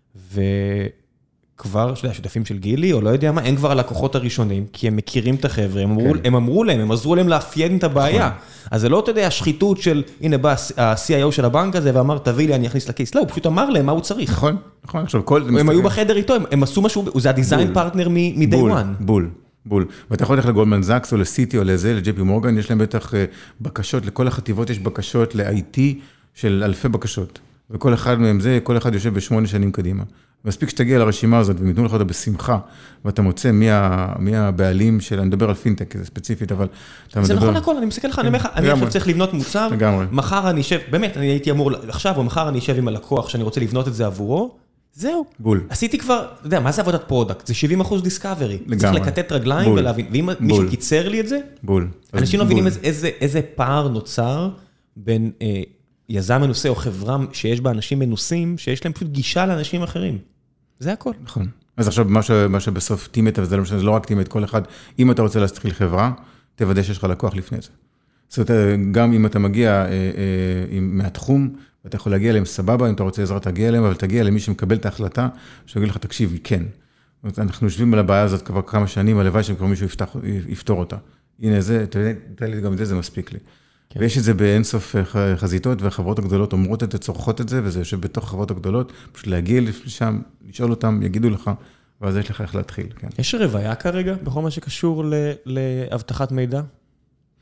וכבר, שני השותפים של גילי, או לא יודע מה, הם כבר הלקוחות הראשונים, כי הם מכירים את החבר'ה, הם אמרו, הם אמרו להם, הם עזרו להם לאפיין את הבעיה. אז זה לא, אתה יודע, השחיתות של, הנה בא ה-סי איי או של הבנק הזה, ואמר, תביא לי, אני אכניס לכיס. לא, הוא פשוט אמר להם מה הוא צריך. נכון, נכון. עכשיו, כל... הם היו בחדר איתו, הם עשו משהו, זה הדיזיין פרטנר מ-day one. בול, בול. ואתה יכול ללכת לגולדמן זאקס או לסיטי או לזה, לג'יי פי מורגן, יש להם בטח בקשות, לכל החטיבות יש בקשות ל-איי טי של אלפי בקשות. וכל אחד מהם זה, כל אחד יושב בשמונה שנים קדימה. מספיק שתגיע לרשימה הזאת, והם יתנו לך אותה בשמחה, ואתה מוצא מי, מי הבעלים של, אני מדבר על פינטק, זה ספציפית, אבל אתה מדבר... זה נכון הכל, אני מסתכל לך, אני אומר לך, אני עכשיו צריך לבנות מוצר, לגמרי. מחר אני אשב, באמת, אני הייתי אמור, עכשיו, או מחר אני אשב עם הלקוח, שאני רוצה לבנות את זה עבורו, זהו. בול. עשיתי כבר, אתה יודע, מה זה עבודת פרודקט? זה שבעים אחוז דיסקאברי. צריך לקטט רגליים ולהבין, ואם מישהו קיצר לי את זה, בול. אנשים לא מבינים איזה פער נוצר בין יזם מנוסה או חברה שיש בה אנשים מנוסים, שיש להם פשוט גישה לאנשים אחרים. זה הכל. נכון. אז עכשיו, מה שבסוף טימייט, וזה לא רק טימייט, כל אחד, אם אתה רוצה להתחיל חברה, תוודא שיש לך לקוח לפני זה. זאת אומרת, גם אם אתה מגיע מהתחום, ואתה יכול להגיע אליהם סבבה, אם אתה רוצה עזרה, תגיע אליהם, אבל תגיע למי שמקבל את ההחלטה, שיגיד לך, תקשיב, כן. אנחנו יושבים על הבעיה הזאת כבר כמה שנים, הלוואי שכבר מישהו יפתור אותה. הנה זה, תראה לי גם את זה, זה מספיק לי. ויש את זה באינסוף חזיתות, והחברות הגדולות אומרות את זה, צורכות את זה, וזה יושב בתוך החברות הגדולות, פשוט להגיע לשם, לשאול אותם, יגידו לך, ואז יש לך איך להתחיל. יש רוויה כרגע, בכל מה שקשור להבטחת מידע?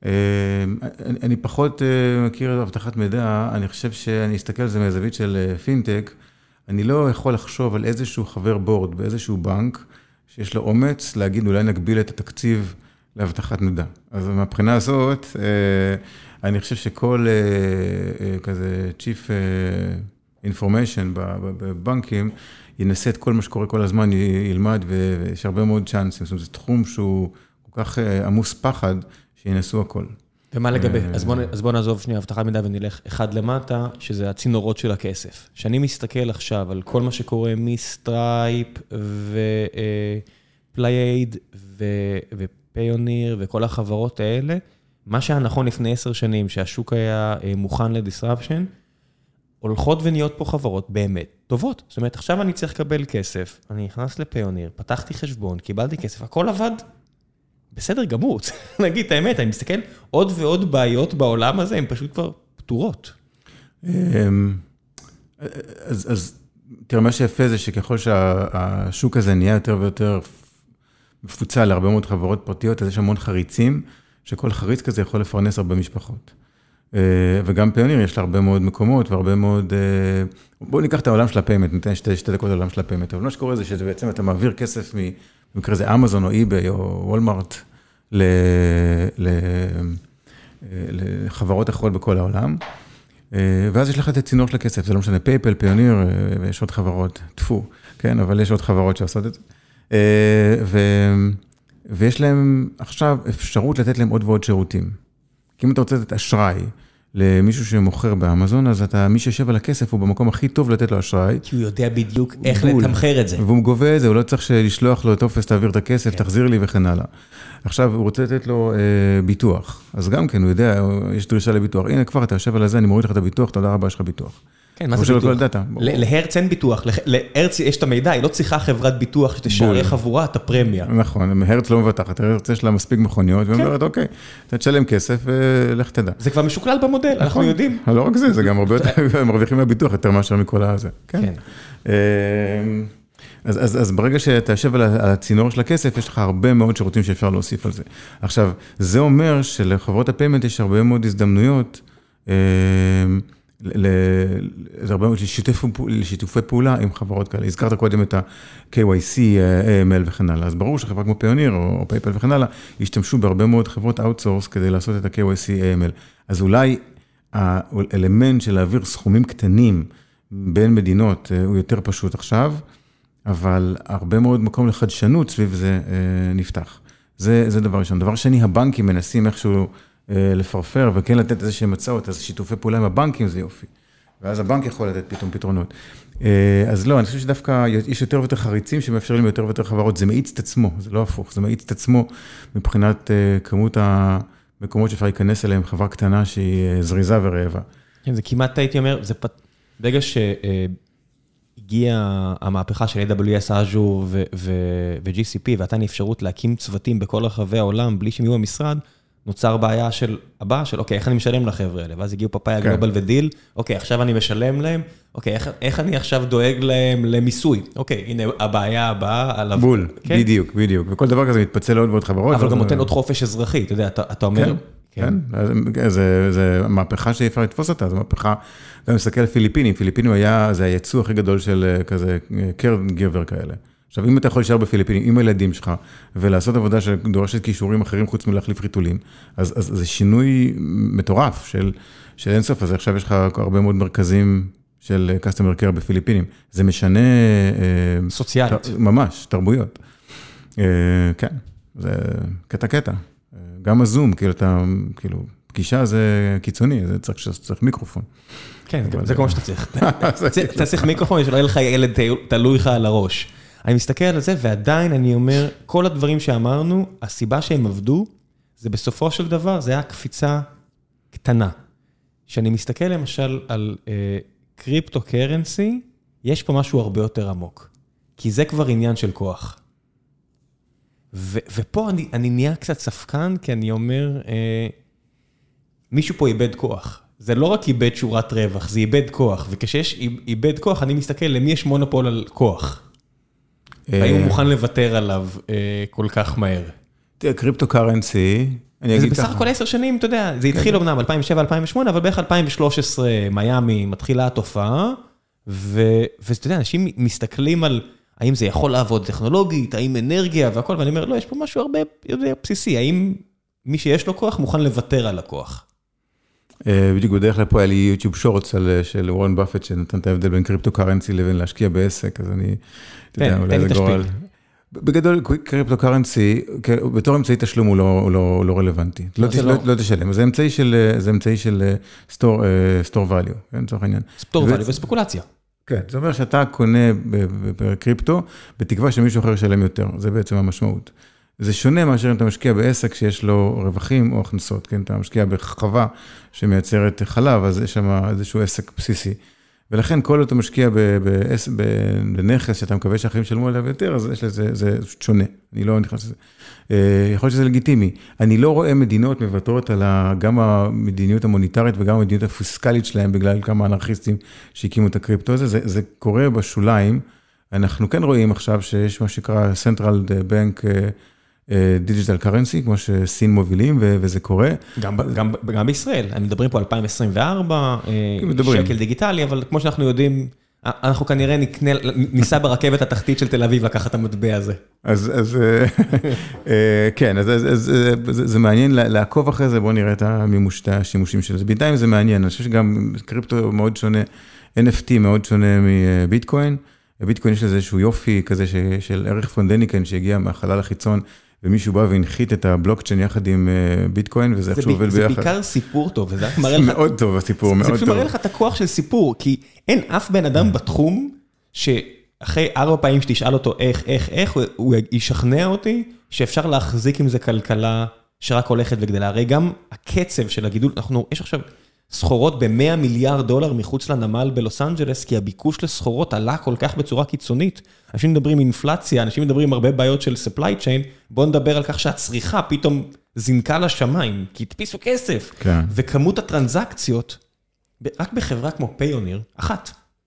אני פחות מכיר את הבטחת מידע, אני חושב שאני אסתכל על זה מהזווית של פינטק, אני לא יכול לחשוב על איזשהו חבר בורד באיזשהו בנק, שיש לו אומץ להגיד אולי נגביל את התקציב להבטחת מידע. אז מהבחינה הזאת, אני חושב שכל כזה Chief Information בבנקים, ינסה את כל מה שקורה כל הזמן, ילמד, ויש הרבה מאוד צ'אנסים. זאת אומרת, זה תחום שהוא כל כך עמוס פחד, שינסו הכל. ומה לגבי? אז בוא, אז בוא נעזוב שנייה הבטחת מידע ונלך אחד למטה, שזה הצינורות של הכסף. שאני מסתכל עכשיו על כל מה שקורה מסטרייפ ופלייאיד ופיוניר וכל החברות האלה, מה שהיה נכון לפני עשר שנים, שהשוק היה מוכן לדיסרפשן, הולכות ונהיות פה חברות באמת טובות. זאת אומרת, עכשיו אני צריך לקבל כסף, אני נכנס לפיוניר, פתחתי חשבון, קיבלתי כסף, הכל עבד. בסדר גמור, נגיד את האמת, אני מסתכל, עוד ועוד בעיות בעולם הזה, הן פשוט כבר פתורות. אז תראה, מה שיפה זה שככל שהשוק הזה נהיה יותר ויותר מפוצל להרבה מאוד חברות פרטיות, אז יש המון חריצים, שכל חריץ כזה יכול לפרנס הרבה משפחות. וגם פיוניר יש לה הרבה מאוד מקומות, והרבה מאוד... בואו ניקח את העולם של הפיימנט, ניתן שתי, שתי דקות לעולם של הפיימנט, אבל מה שקורה זה שזה בעצם אתה מעביר כסף במקרה זה אמזון או איביי או וולמארט לחברות אחרות בכל העולם, ואז יש לך את הצינור של הכסף, זה לא משנה, פייפל, פיוניר, ויש עוד חברות, תפו, כן, אבל יש עוד חברות שעושות את זה, ו... ויש להם עכשיו אפשרות לתת להם עוד ועוד שירותים. כי אם אתה רוצה לתת אשראי למישהו שמוכר באמזון, אז אתה, מי שישב על הכסף הוא במקום הכי טוב לתת לו אשראי. כי הוא יודע בדיוק איך לתמחר את זה. והוא גובה את זה, הוא לא צריך לשלוח לו טופס, תעביר את הכסף, תחזיר לי וכן הלאה. עכשיו, הוא רוצה לתת לו ביטוח. אז גם כן, הוא יודע, יש דרישה לביטוח. הנה כבר, אתה יושב על זה, אני מוריד לך את הביטוח, תודה רבה, יש לך ביטוח. כן, מה זה ביטוח? להרץ אין ביטוח, להרץ יש את המידע, היא לא צריכה חברת ביטוח שתשערך עבורה את הפרמיה. נכון, הרץ לא מבטחת, הרץ יש לה מספיק מכוניות, ואומרת, אוקיי, אתה תשלם כסף ולך תדע. זה כבר משוקלל במודל, אנחנו יודעים. לא רק זה, זה גם הרבה יותר מרוויחים מהביטוח, יותר מאשר מכל הזה. כן. אז ברגע שאתה יושב על הצינור של הכסף, יש לך הרבה מאוד שירותים שאפשר להוסיף על זה. עכשיו, זה אומר שלחברות הפיימנט יש הרבה מאוד הזדמנויות, זה הרבה מאוד לשיתופי פעולה עם חברות כאלה. הזכרת קודם את ה-קיי וואי סי, איי אם אל וכן הלאה. אז ברור שחברה כמו פיוניר או פייפל וכן הלאה, ישתמשו בהרבה מאוד חברות אאוטסורס כדי לעשות את ה-קיי וואי סי, איי אם אל. אז אולי האלמנט של להעביר סכומים קטנים בין מדינות הוא יותר פשוט עכשיו, אבל הרבה מאוד מקום לחדשנות סביב זה נפתח. זה, זה דבר ראשון. דבר שני, הבנקים מנסים איכשהו לפרפר, וכן לתת איזה שהם הצעות, אז שיתופי פעולה עם הבנקים זה יופי. ואז הבנק יכול לתת פתאום פתרונות. אז לא, אני חושב שדווקא יש יותר ויותר חריצים שמאפשרים יותר ויותר חברות, זה מאיץ את עצמו, זה לא הפוך, זה מאיץ את עצמו מבחינת כמות המקומות שאפשר להיכנס אליהם, חברה קטנה שהיא זריזה ורעבה. כן, זה כמעט הייתי אומר, זה ברגע שהגיעה המהפכה של איי דאבליו אס, Azure ו-ג'י סי פי, ואתה אפשרות להקים צוותים בכל רחבי העולם, בלי שהם יהיו במשרד, נוצר בעיה של הבא, של אוקיי, איך אני משלם לחבר'ה האלה? ואז הגיעו פאפאיה גלובל ודיל, אוקיי, עכשיו אני משלם להם, אוקיי, איך, איך אני עכשיו דואג להם למיסוי? אוקיי, הנה הבעיה הבאה על... בול, כן? בדיוק, בדיוק. וכל דבר כזה מתפצל לעוד ועוד חברות. אבל גם נותן עוד חופש אזרחי, אתה יודע, אתה, אתה אומר... כן, כן. זה, זה מהפכה שאי אפשר לתפוס אותה, זו מהפכה, גם מסתכל על פיליפינים, פיליפינים היה, זה היצוא הכי גדול של כזה, קרן גבר כאלה. עכשיו, אם אתה יכול להישאר בפיליפינים עם הילדים שלך, ולעשות עבודה שדורשת קישורים אחרים חוץ מלהחליף חיתולים, אז, אז זה שינוי מטורף של, של אינסוף, אז עכשיו יש לך הרבה מאוד מרכזים של customer care בפיליפינים. זה משנה... סוציאלית. ת, ממש, תרבויות. כן, זה קטע-קטע. גם הזום, כאילו, אתה, כאילו, פגישה זה קיצוני, זה צריך, צריך מיקרופון. כן, זה כמו שאתה צריך. אתה צריך מיקרופון, שלא יהיה לך ילד תלוי לך על הראש. אני מסתכל על זה, ועדיין אני אומר, כל הדברים שאמרנו, הסיבה שהם עבדו, זה בסופו של דבר, זה היה קפיצה קטנה. כשאני מסתכל למשל על קריפטו קרנסי, יש פה משהו הרבה יותר עמוק. כי זה כבר עניין של כוח. ו- ופה אני, אני נהיה קצת ספקן, כי אני אומר, אה, מישהו פה איבד כוח. זה לא רק איבד שורת רווח, זה איבד כוח. וכשיש איבד כוח, אני מסתכל למי יש מונופול על כוח. והאם הוא מוכן לוותר עליו אה, כל כך מהר. תראה, קריפטו קרנסי, וזה בסך הכל עשר שנים, אתה יודע, זה התחיל אמנם אלפיים ושבע אלפיים ושמונה, אבל בערך אלפיים ושלוש עשרה מיאמי מתחילה התופעה, ואתה יודע, אנשים מסתכלים על האם זה יכול לעבוד טכנולוגית, האם אנרגיה והכל, ואני אומר, לא, יש פה משהו הרבה יותר בסיסי, האם מי שיש לו כוח מוכן לוותר על הכוח? בדיוק בדרך כלל פה היה לי יוטיוב שורטס של וורן באפט, שנתן את ההבדל בין קריפטו-קרנסי לבין להשקיע בעסק, אז אני, אתה יודע, אולי זה גורל. בגדול, קריפטו-קרנסי, בתור אמצעי תשלום הוא לא רלוונטי. לא תשלם. זה אמצעי של store value, לצורך העניין. store value וספקולציה. כן, זה אומר שאתה קונה בקריפטו, בתקווה שמישהו אחר ישלם יותר. זה בעצם המשמעות. זה שונה מאשר אם אתה משקיע בעסק שיש לו רווחים או הכנסות, כן? אתה משקיע בחווה שמייצרת חלב, אז יש שם איזשהו עסק בסיסי. ולכן כל עוד אתה משקיע בנכס שאתה מקווה שהחיים שלמו עליו יותר, אז יש לזה, זה שונה. אני לא נכנס לזה. יכול להיות שזה לגיטימי. אני לא רואה מדינות מבטרות על גם המדיניות המוניטרית וגם המדיניות הפיסקלית שלהם, בגלל כמה אנרכיסטים שהקימו את הקריפטו הזה. זה, זה קורה בשוליים. אנחנו כן רואים עכשיו שיש מה שקרא Central Bank דיג'יטל קרנסי, כמו שסין מובילים, וזה קורה. גם, גם, גם בישראל, הם מדברים פה על אלפיים עשרים וארבע, שקל דיגיטלי, אבל כמו שאנחנו יודעים, אנחנו כנראה נקנה, ניסע ברכבת התחתית של תל אביב לקחת את המטבע הזה. אז, אז כן, אז, אז, אז זה מעניין לעקוב אחרי זה, בואו נראה את המימוש, את השימושים של זה. בינתיים זה מעניין, אני חושב שגם קריפטו מאוד שונה, אן אף טי מאוד שונה מביטקוין, בביטקוין יש לזה איזשהו יופי כזה של ערך פונדניקן שהגיע מהחלל החיצון, ומישהו בא והנחית את הבלוקצ'יין יחד עם ביטקוין, וזה איכשהו עובד ביחד. זה בעיקר סיפור טוב, וזה רק מראה לך... מאוד טוב הסיפור, מאוד טוב. זה מראה לך את הכוח של סיפור, כי אין אף בן אדם בתחום, שאחרי ארבע פעמים שתשאל אותו איך, איך, איך, הוא ישכנע אותי, שאפשר להחזיק עם זה כלכלה שרק הולכת וגדלה. הרי גם הקצב של הגידול, אנחנו, יש עכשיו סחורות ב-מאה מיליארד דולר מחוץ לנמל בלוס אנג'לס, כי הביקוש לסחורות עלה כל כך בצורה קיצונית. אנשים מדברים אינפלציה, אנשים מדברים הרבה בעיות של supply chain, בואו נדבר על כך שהצריכה פתאום זינקה לשמיים, כי הדפיסו כסף. כן. וכמות הטרנזקציות, רק בחברה כמו פיוניר, אחת,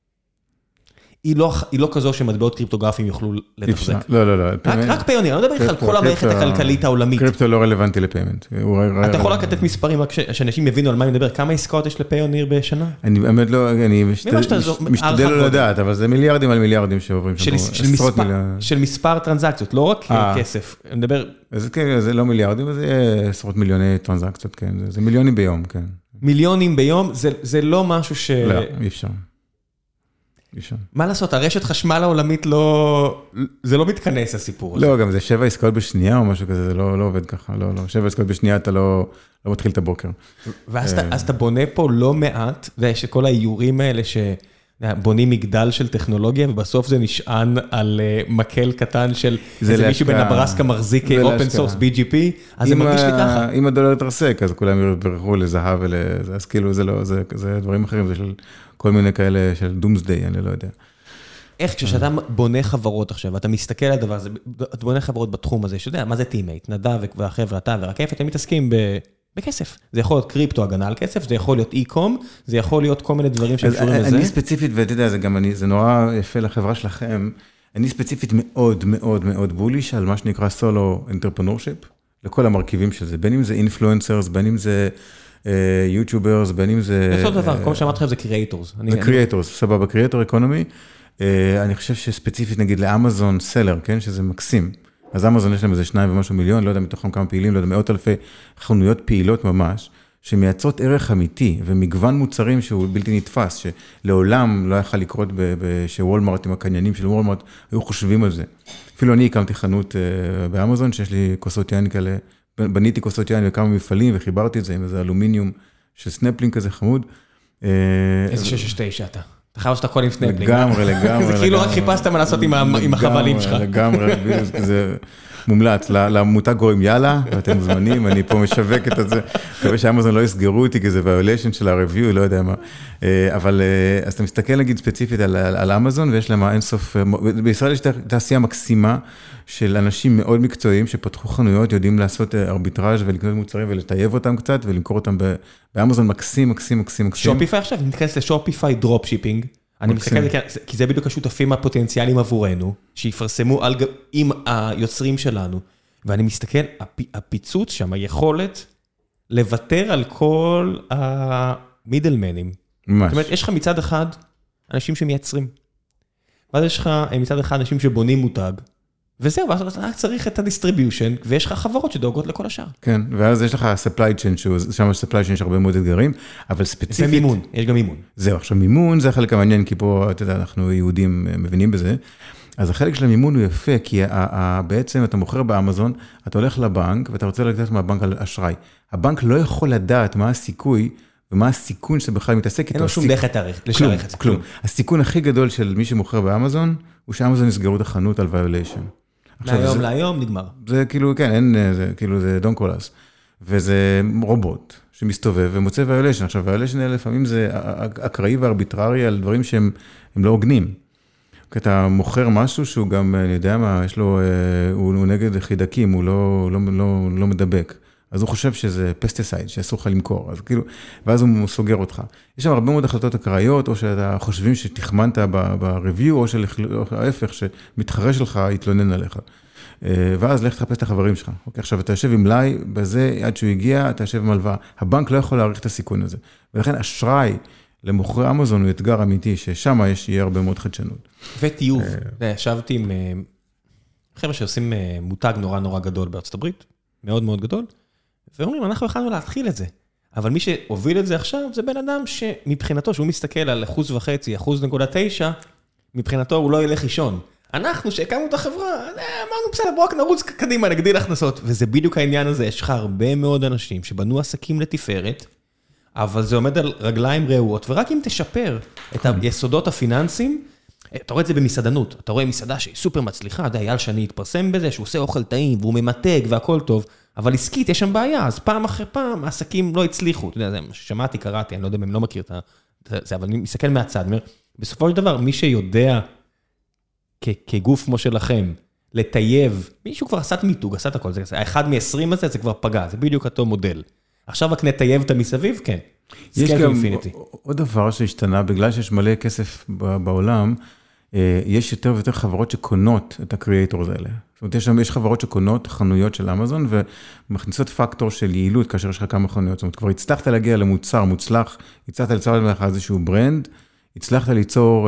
היא לא, היא לא כזו שמטבעות קריפטוגרפיים יוכלו לתחזק. לא, לא, לא. רק, רק פיוניר, אני לא מדבר על כל המערכת הכלכלית העולמית. קריפטו לא רלוונטי לפיימנט. אתה יכול רק לתת מספרים, שאנשים יבינו על מה אני מדבר, כמה עסקאות יש לפיוניר בשנה? אני באמת לא, אני משתדל לא לדעת, אבל זה מיליארדים על מיליארדים שעוברים שם. של מספר טרנזקציות, לא רק כסף. אני מדבר... זה לא מיליארדים, זה עשרות מיליוני טרנזקציות, כן. זה מיליונים ביום, כן. מיליונים ביום, זה לא משהו ש... לא, אי אפשר. מה לעשות, הרשת חשמל העולמית לא, זה לא מתכנס הסיפור הזה. לא, גם זה שבע עסקאות בשנייה או משהו כזה, זה לא עובד ככה, לא, לא, שבע עסקאות בשנייה אתה לא מתחיל את הבוקר. ואז אתה בונה פה לא מעט, ויש כל האיורים האלה שבונים מגדל של טכנולוגיה, ובסוף זה נשען על מקל קטן של איזה מישהו בנברסקה מחזיק אופן סורס בי ג'י פי, אז זה מרגיש לי ככה. אם הדולר יתרסק, אז כולם יברחו לזהב ולזה, אז כאילו זה לא, זה דברים אחרים, זה של... כל מיני כאלה של דומסדיי, אני לא יודע. איך כשאתה בונה חברות עכשיו, אתה מסתכל על הדבר הזה, אתה בונה חברות בתחום הזה, שאתה יודע, מה זה טימייט, נדב והחבר'ה, אתה ורקפת, הם מתעסקים בכסף. זה יכול להיות קריפטו, הגנה על כסף, זה יכול להיות אי-קום, זה יכול להיות כל מיני דברים שקשורים לזה. אני ספציפית, ואתה יודע, זה גם, זה נורא יפה לחברה שלכם, אני ספציפית מאוד מאוד מאוד בוליש על מה שנקרא סולו אנטרפרנורשיפ, לכל המרכיבים של זה, בין אם זה אינפלואנסרס, בין אם זה... יוטיוברס, בין אם זה... זה אותו דבר, כמו שאמרתי לכם, זה קריאטורס. זה קריאטורס, סבבה, קריאטור אקונומי. אני חושב שספציפית, נגיד, לאמזון סלר, כן, שזה מקסים. אז אמזון יש להם איזה שניים ומשהו מיליון, לא יודע, מתוכם כמה פעילים, לא יודע, מאות אלפי חנויות פעילות ממש, שמייצרות ערך אמיתי, ומגוון מוצרים שהוא בלתי נתפס, שלעולם לא יכל לקרות שוולמרט עם הקניינים של וולמרט, היו חושבים על זה. אפילו אני הקמתי חנות באמזון, שיש לי כוסות יין כאלה, בניתי כוסות יין וכמה מפעלים, וחיברתי את זה עם איזה אלומיניום של סנפלינג כזה חמוד. איזה שש שש תשע אתה. אתה חייב שאתה כל עם סנפלינג. לגמרי, לגמרי. זה כאילו רק חיפשת מה לעשות עם החבלים שלך. לגמרי, זה מומלץ. למותג קוראים יאללה, ואתם מוזמנים, אני פה משווק את זה. מקווה שאמזון לא יסגרו אותי, כי זה violation של ה-review, לא יודע מה. אבל, אז אתה מסתכל נגיד ספציפית על אמזון, ויש להם אינסוף, בישראל יש תעשייה מקסימה, של אנשים מאוד מקצועיים שפתחו חנויות, יודעים לעשות ארביטראז' ולקנות מוצרים ולטייב אותם קצת, ולמכור אותם באמזון מקסים, מקסים, מקסים, מקסים. שופיפיי עכשיו, נתכנס לשופיפיי דרופ שיפינג, אני מסתכל על זה, כי זה בדיוק השותפים הפוטנציאליים עבורנו, שיפרסמו עם היוצרים שלנו, ואני מסתכל, הפיצוץ שם, היכולת לוותר על כל המידלמנים. ממש. זאת אומרת, יש לך מצד אחד אנשים שמייצרים. ואז יש לך מצד אחד אנשים שבונים מותג, וזהו, ואז אתה רק צריך את הדיסטריביושן, ויש לך חברות שדואגות לכל השאר. כן, ואז יש לך supply chain, שם יש supply chain, יש הרבה מאוד אתגרים, אבל ספציפית... ומימון, יש גם מימון. זהו, עכשיו מימון זה החלק המעניין, כי פה, אתה יודע, אנחנו יהודים מבינים בזה, אז החלק של המימון הוא יפה, כי בעצם אתה מוכר באמזון, אתה הולך לבנק, ואתה רוצה לקחת מהבנק על אשראי. הבנק לא יכול לדעת מה הסיכוי, ומה הסיכון שאתה בכלל מתעסק איתו. אין לו שום דרך לשערך את זה. כלום. הסיכון הכי גדול של מי שמוכר באמזון, הוא שאמזון יסגרו את החנות על violation. מהיום להיום נגמר. זה כאילו, כן, אין, זה כאילו, זה don't call us. וזה רובוט שמסתובב ומוצא violation. עכשיו, violation לפעמים זה אקראי וארביטררי על דברים שהם לא הוגנים. כי אתה מוכר משהו שהוא גם, אני יודע מה, יש לו, הוא נגד חידקים, הוא לא, לא, לא, לא מדבק. אז הוא חושב שזה פסטיסייד, שאסור לך למכור, אז כאילו, ואז הוא סוגר אותך. יש שם הרבה מאוד החלטות אקראיות, או שאתה חושבים שתחמנת בריוויו, או שההפך, שמתחרה שלך יתלונן עליך. ואז לך תחפש את החברים שלך. אוקיי, עכשיו אתה יושב עם לי, בזה, עד שהוא הגיע, אתה יושב עם הלוואה. הבנק לא יכול להעריך את הסיכון הזה. ולכן אשראי למוכרי אמזון הוא אתגר אמיתי, ששם יש, יהיה הרבה מאוד חדשנות. וטיוב. ישבתי עם חבר'ה שעושים מותג נורא נורא גדול בארצות הברית, מאוד מאוד גדול, ואומרים, אנחנו יכולנו להתחיל את זה. אבל מי שהוביל את זה עכשיו, זה בן אדם שמבחינתו, שהוא מסתכל על אחוז וחצי, אחוז נקודה תשע, מבחינתו הוא לא ילך לישון. אנחנו שהקמנו את החברה, אמרנו, בסדר, בוא רק נרוץ קדימה, נגדיל הכנסות. וזה בדיוק העניין הזה, יש לך הרבה מאוד אנשים שבנו עסקים לתפארת, אבל זה עומד על רגליים רעועות, ורק אם תשפר את היסודות הפיננסיים, אתה רואה את זה במסעדנות, אתה רואה מסעדה שהיא סופר מצליחה, די, אייל שני התפרסם בזה, שהוא עושה אוכל טעים, והוא ממתג והכל טוב, אבל עסקית, יש שם בעיה, אז פעם אחרי פעם, העסקים לא הצליחו, אתה יודע, זה שמעתי, קראתי, אני לא יודע אם אני לא מכיר את זה, אבל אני מסתכל מהצד, אומר, בסופו של דבר, מי שיודע, כגוף כמו שלכם, לטייב, מישהו כבר עשת מיתוג, עשת הכל, האחד מ-עשרים הזה, זה כבר פגע, זה בדיוק אותו מודל. עכשיו רק נטייב את המסביב, כן. יש גם עוד דבר שהשתנה, בגלל שיש מלא כסף בעולם, יש יותר ויותר חברות שקונות את הקריאטורס האלה. זאת אומרת, יש, יש חברות שקונות חנויות של אמזון, ומכניסות פקטור של יעילות, כאשר יש לך כמה חנויות. זאת אומרת, כבר הצלחת להגיע למוצר מוצלח, הצלחת ליצור לך איזשהו ברנד, הצלחת ליצור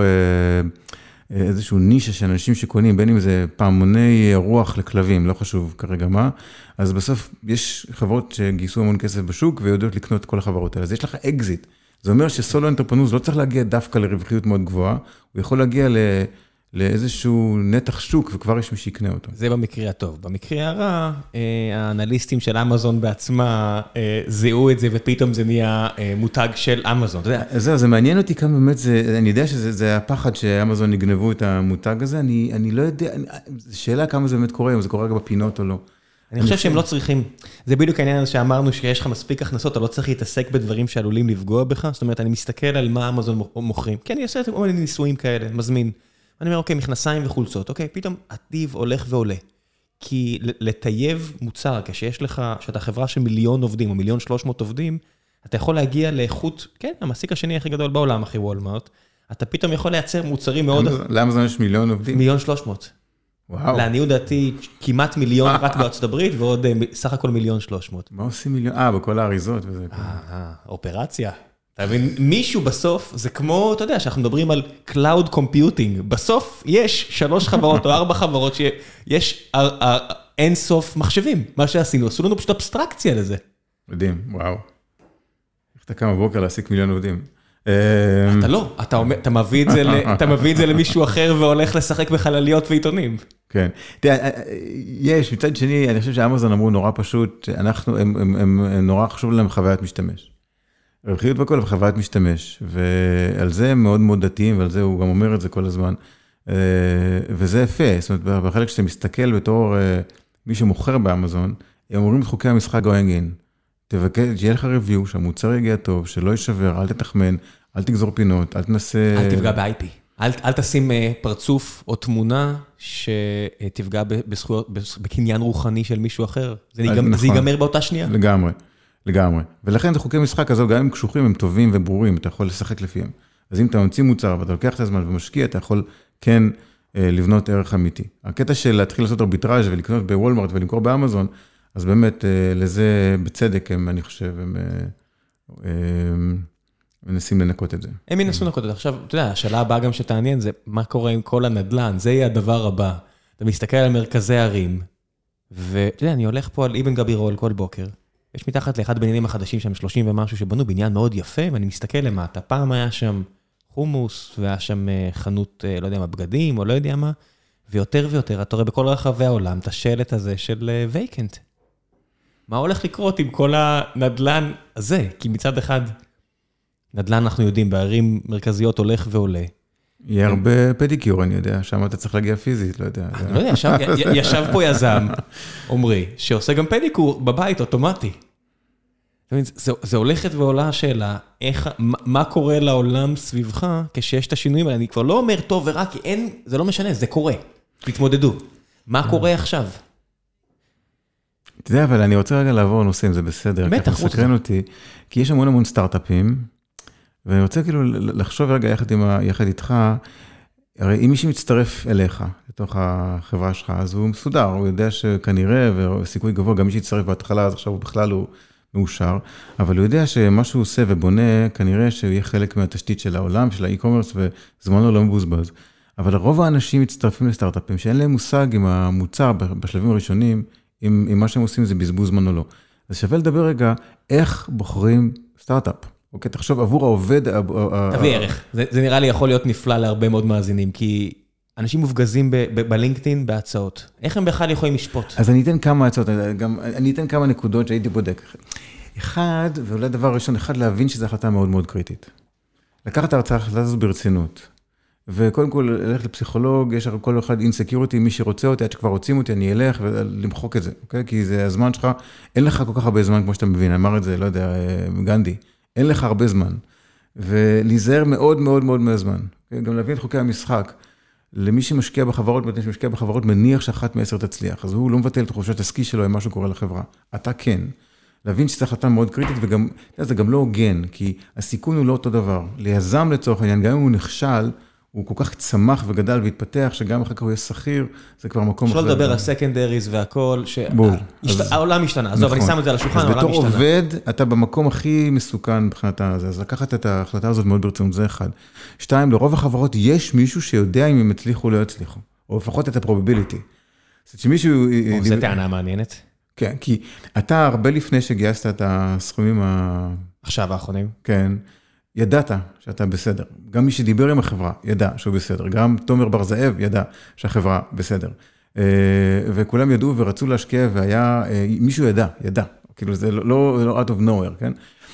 איזשהו נישה של אנשים שקונים, בין אם זה פעמוני רוח לכלבים, לא חשוב כרגע מה, אז בסוף יש חברות שגייסו המון כסף בשוק, ויודעות לקנות את כל החברות האלה. אז יש לך אקזיט. זה אומר שסולו אנטרפרנוז לא צריך להגיע דווקא לרווחיות מאוד גבוהה, הוא יכול להגיע לאיזשהו נתח שוק, וכבר יש מי שיקנה אותו. זה במקרה הטוב. במקרה הרע, האנליסטים של אמזון בעצמה זיהו את זה, ופתאום זה נהיה מותג של אמזון. זהו, זה מעניין אותי כמה באמת, אני יודע שזה הפחד שאמזון יגנבו את המותג הזה, אני לא יודע, שאלה כמה זה באמת קורה, אם זה קורה רק בפינות או לא. אני חושב שהם לא צריכים, זה בדיוק העניין הזה שאמרנו שיש לך מספיק הכנסות, אתה לא צריך להתעסק בדברים שעלולים לפגוע בך, זאת אומרת, אני מסתכל על מה אמזון מוכרים, כן, אני עושה את מיני ניסויים כאלה, מזמין, אני אומר, אוקיי, מכנסיים וחולצות, אוקיי, פתאום הטיב הולך ועולה, כי לטייב מוצר, כשיש לך, שאתה חברה של מיליון עובדים, או מיליון שלוש מאות עובדים, אתה יכול להגיע לאיכות, כן, המעסיק השני הכי גדול בעולם, אחי וולמארט, אתה פתאום יכול לייצר מוצרים מאוד... לאמזון יש מיליון עובדים? מיליון שלוש מאות. לעניות דעתי, כמעט מיליון רק בארצות הברית, ועוד סך הכל מיליון שלוש מאות. מה עושים מיליון? אה, בכל האריזות וזה. אה, אופרציה. אתה מבין, מישהו בסוף, זה כמו, אתה יודע, שאנחנו מדברים על Cloud Computing, בסוף יש שלוש חברות או ארבע חברות שיש אין סוף מחשבים. מה שעשינו, עשו לנו פשוט אבסטרקציה לזה. מדהים, וואו. איך אתה קם בבוקר להעסיק מיליון עובדים? אתה לא, אתה מביא את זה למישהו אחר והולך לשחק בחלליות ועיתונים. כן. תראה, יש, מצד שני, אני חושב שאמזון אמרו נורא פשוט, אנחנו, הם נורא חשוב להם חוויית משתמש. רווחיות בכל, חוויית משתמש, ועל זה הם מאוד מאוד דתיים, ועל זה הוא גם אומר את זה כל הזמן, וזה יפה, זאת אומרת, בחלק שאתה מסתכל בתור מי שמוכר באמזון, הם אומרים את חוקי המשחק going in. תבקש, שיהיה לך ריוויו, שהמוצר יגיע טוב, שלא יישבר, אל תתחמן, אל תגזור פינות, אל תנסה... אל תפגע ב-איי פי. אל, אל תשים פרצוף או תמונה שתפגע בזכויות, בקניין רוחני של מישהו אחר. זה ייגמר, נכון. זה ייגמר באותה שנייה. לגמרי, לגמרי. ולכן זה חוקי משחק כזו, גם אם קשוחים הם טובים וברורים, אתה יכול לשחק לפיהם. אז אם אתה ממציא מוצר ואתה לוקח את הזמן ומשקיע, אתה יכול כן לבנות ערך אמיתי. הקטע של להתחיל לעשות ארביטראז' ולקנות בוולמרט ולמכור באמזון, אז באמת לזה בצדק הם, אני חושב, הם מנסים לנקות את זה. הם ינסו לנקות את זה. עכשיו, אתה יודע, השאלה הבאה גם שתעניין זה, מה קורה עם כל הנדלן? זה יהיה הדבר הבא. אתה מסתכל על מרכזי ערים, ואתה יודע, אני הולך פה על אבן גבירול כל בוקר, יש מתחת לאחד הבניינים החדשים שם, שלושים ומשהו, שבנו בניין מאוד יפה, ואני מסתכל למטה. פעם היה שם חומוס, והיה שם חנות, לא יודע מה, בגדים, או לא יודע מה, ויותר ויותר, אתה רואה בכל רחבי העולם, את השלט הזה של וייקנט. מה הולך לקרות עם כל הנדלן הזה? כי מצד אחד, נדלן אנחנו יודעים, בערים מרכזיות הולך ועולה. יהיה הרבה פדיקיור, אני יודע, שם אתה צריך להגיע פיזית, לא יודע. אני לא יודע, ישב פה יזם, עומרי, שעושה גם פדיקור בבית אוטומטי. זה הולכת ועולה השאלה, מה קורה לעולם סביבך כשיש את השינויים האלה? אני כבר לא אומר טוב ורע, כי אין, זה לא משנה, זה קורה. תתמודדו. מה קורה עכשיו? אתה יודע, אבל אני רוצה רגע לעבור נושאים, זה בסדר. בטח, רוצה. מסקרן אותי, כי יש המון המון סטארט-אפים, ואני רוצה כאילו לחשוב רגע יחד, עם, יחד איתך, הרי אם מישהו מצטרף אליך, לתוך החברה שלך, אז הוא מסודר, הוא יודע שכנראה, וסיכוי גבוה, גם מי שיצטרף בהתחלה, אז עכשיו הוא בכלל הוא מאושר, אבל הוא יודע שמה שהוא עושה ובונה, כנראה שהוא יהיה חלק מהתשתית של העולם, של האי-קומרס, וזמנו לא מבוזבז. אבל רוב האנשים מצטרפים לסטארט-אפים, שאין להם מושג עם המוצר בשלבים הראשונים, אם, אם מה שהם עושים זה בזבוז זמן או לא. אז שווה לדבר רגע, איך בוחרים סטארט-אפ? אוקיי, תחשוב עבור העובד... תביא ערך. זה, זה נראה לי יכול להיות נפלא להרבה מאוד מאזינים, כי אנשים מופגזים בלינקדאין בהצעות. איך הם בכלל יכולים לשפוט? אז אני אתן כמה הצעות, גם, אני אתן כמה נקודות שהייתי בודק. אחד, ואולי דבר ראשון, אחד להבין שזו החלטה מאוד מאוד קריטית. לקחת ההרצאה, החלטה הזאת ברצינות. וקודם כל, ללכת לפסיכולוג, יש כל אחד אינסקיוריטי, מי שרוצה אותי, עד שכבר רוצים אותי, אני אלך ולמחוק את זה, אוקיי? כי זה הזמן שלך, אין לך כל כך הרבה זמן, כמו שאתה מבין, אמר את זה, לא יודע, גנדי, אין לך הרבה זמן, ולהיזהר מאוד מאוד מאוד מהזמן, אוקיי? גם להבין את חוקי המשחק, למי שמשקיע בחברות, מי שמשקיע בחברות, מניח שאחת מעשר תצליח, אז הוא לא מבטל את חופשת הסקי שלו, אם משהו קורה לחברה, אתה כן. להבין שזו החלטה מאוד קריטית, וגם, זה גם לא הוגן, כי הסיכון הוא לא אותו דבר. ליזם לצורך העניין, גם אם הוא נכשל, הוא כל כך צמח וגדל והתפתח, שגם אחר כך הוא יהיה שכיר, זה כבר מקום אחר. אפשר לדבר על סקנדריז והכל, שהעולם השתנה. עזוב, אני שם את זה על השולחן, העולם השתנה. אז בתור עובד, אתה במקום הכי מסוכן מבחינת הזה, אז לקחת את ההחלטה הזאת מאוד ברצינות, זה אחד. שתיים, לרוב החברות יש מישהו שיודע אם הם הצליחו או לא הצליחו, או לפחות את הפרוביביליטי. זאת שמישהו... זה טענה מעניינת. כן, כי אתה הרבה לפני שגייסת את הסכומים ה... עכשיו האחרונים. כן. ידעת שאתה בסדר. גם מי שדיבר עם החברה ידע שהוא בסדר. גם תומר בר זאב ידע שהחברה בסדר. וכולם ידעו ורצו להשקיע, והיה, מישהו ידע, ידע. כאילו זה לא, לא out of nowhere, כן?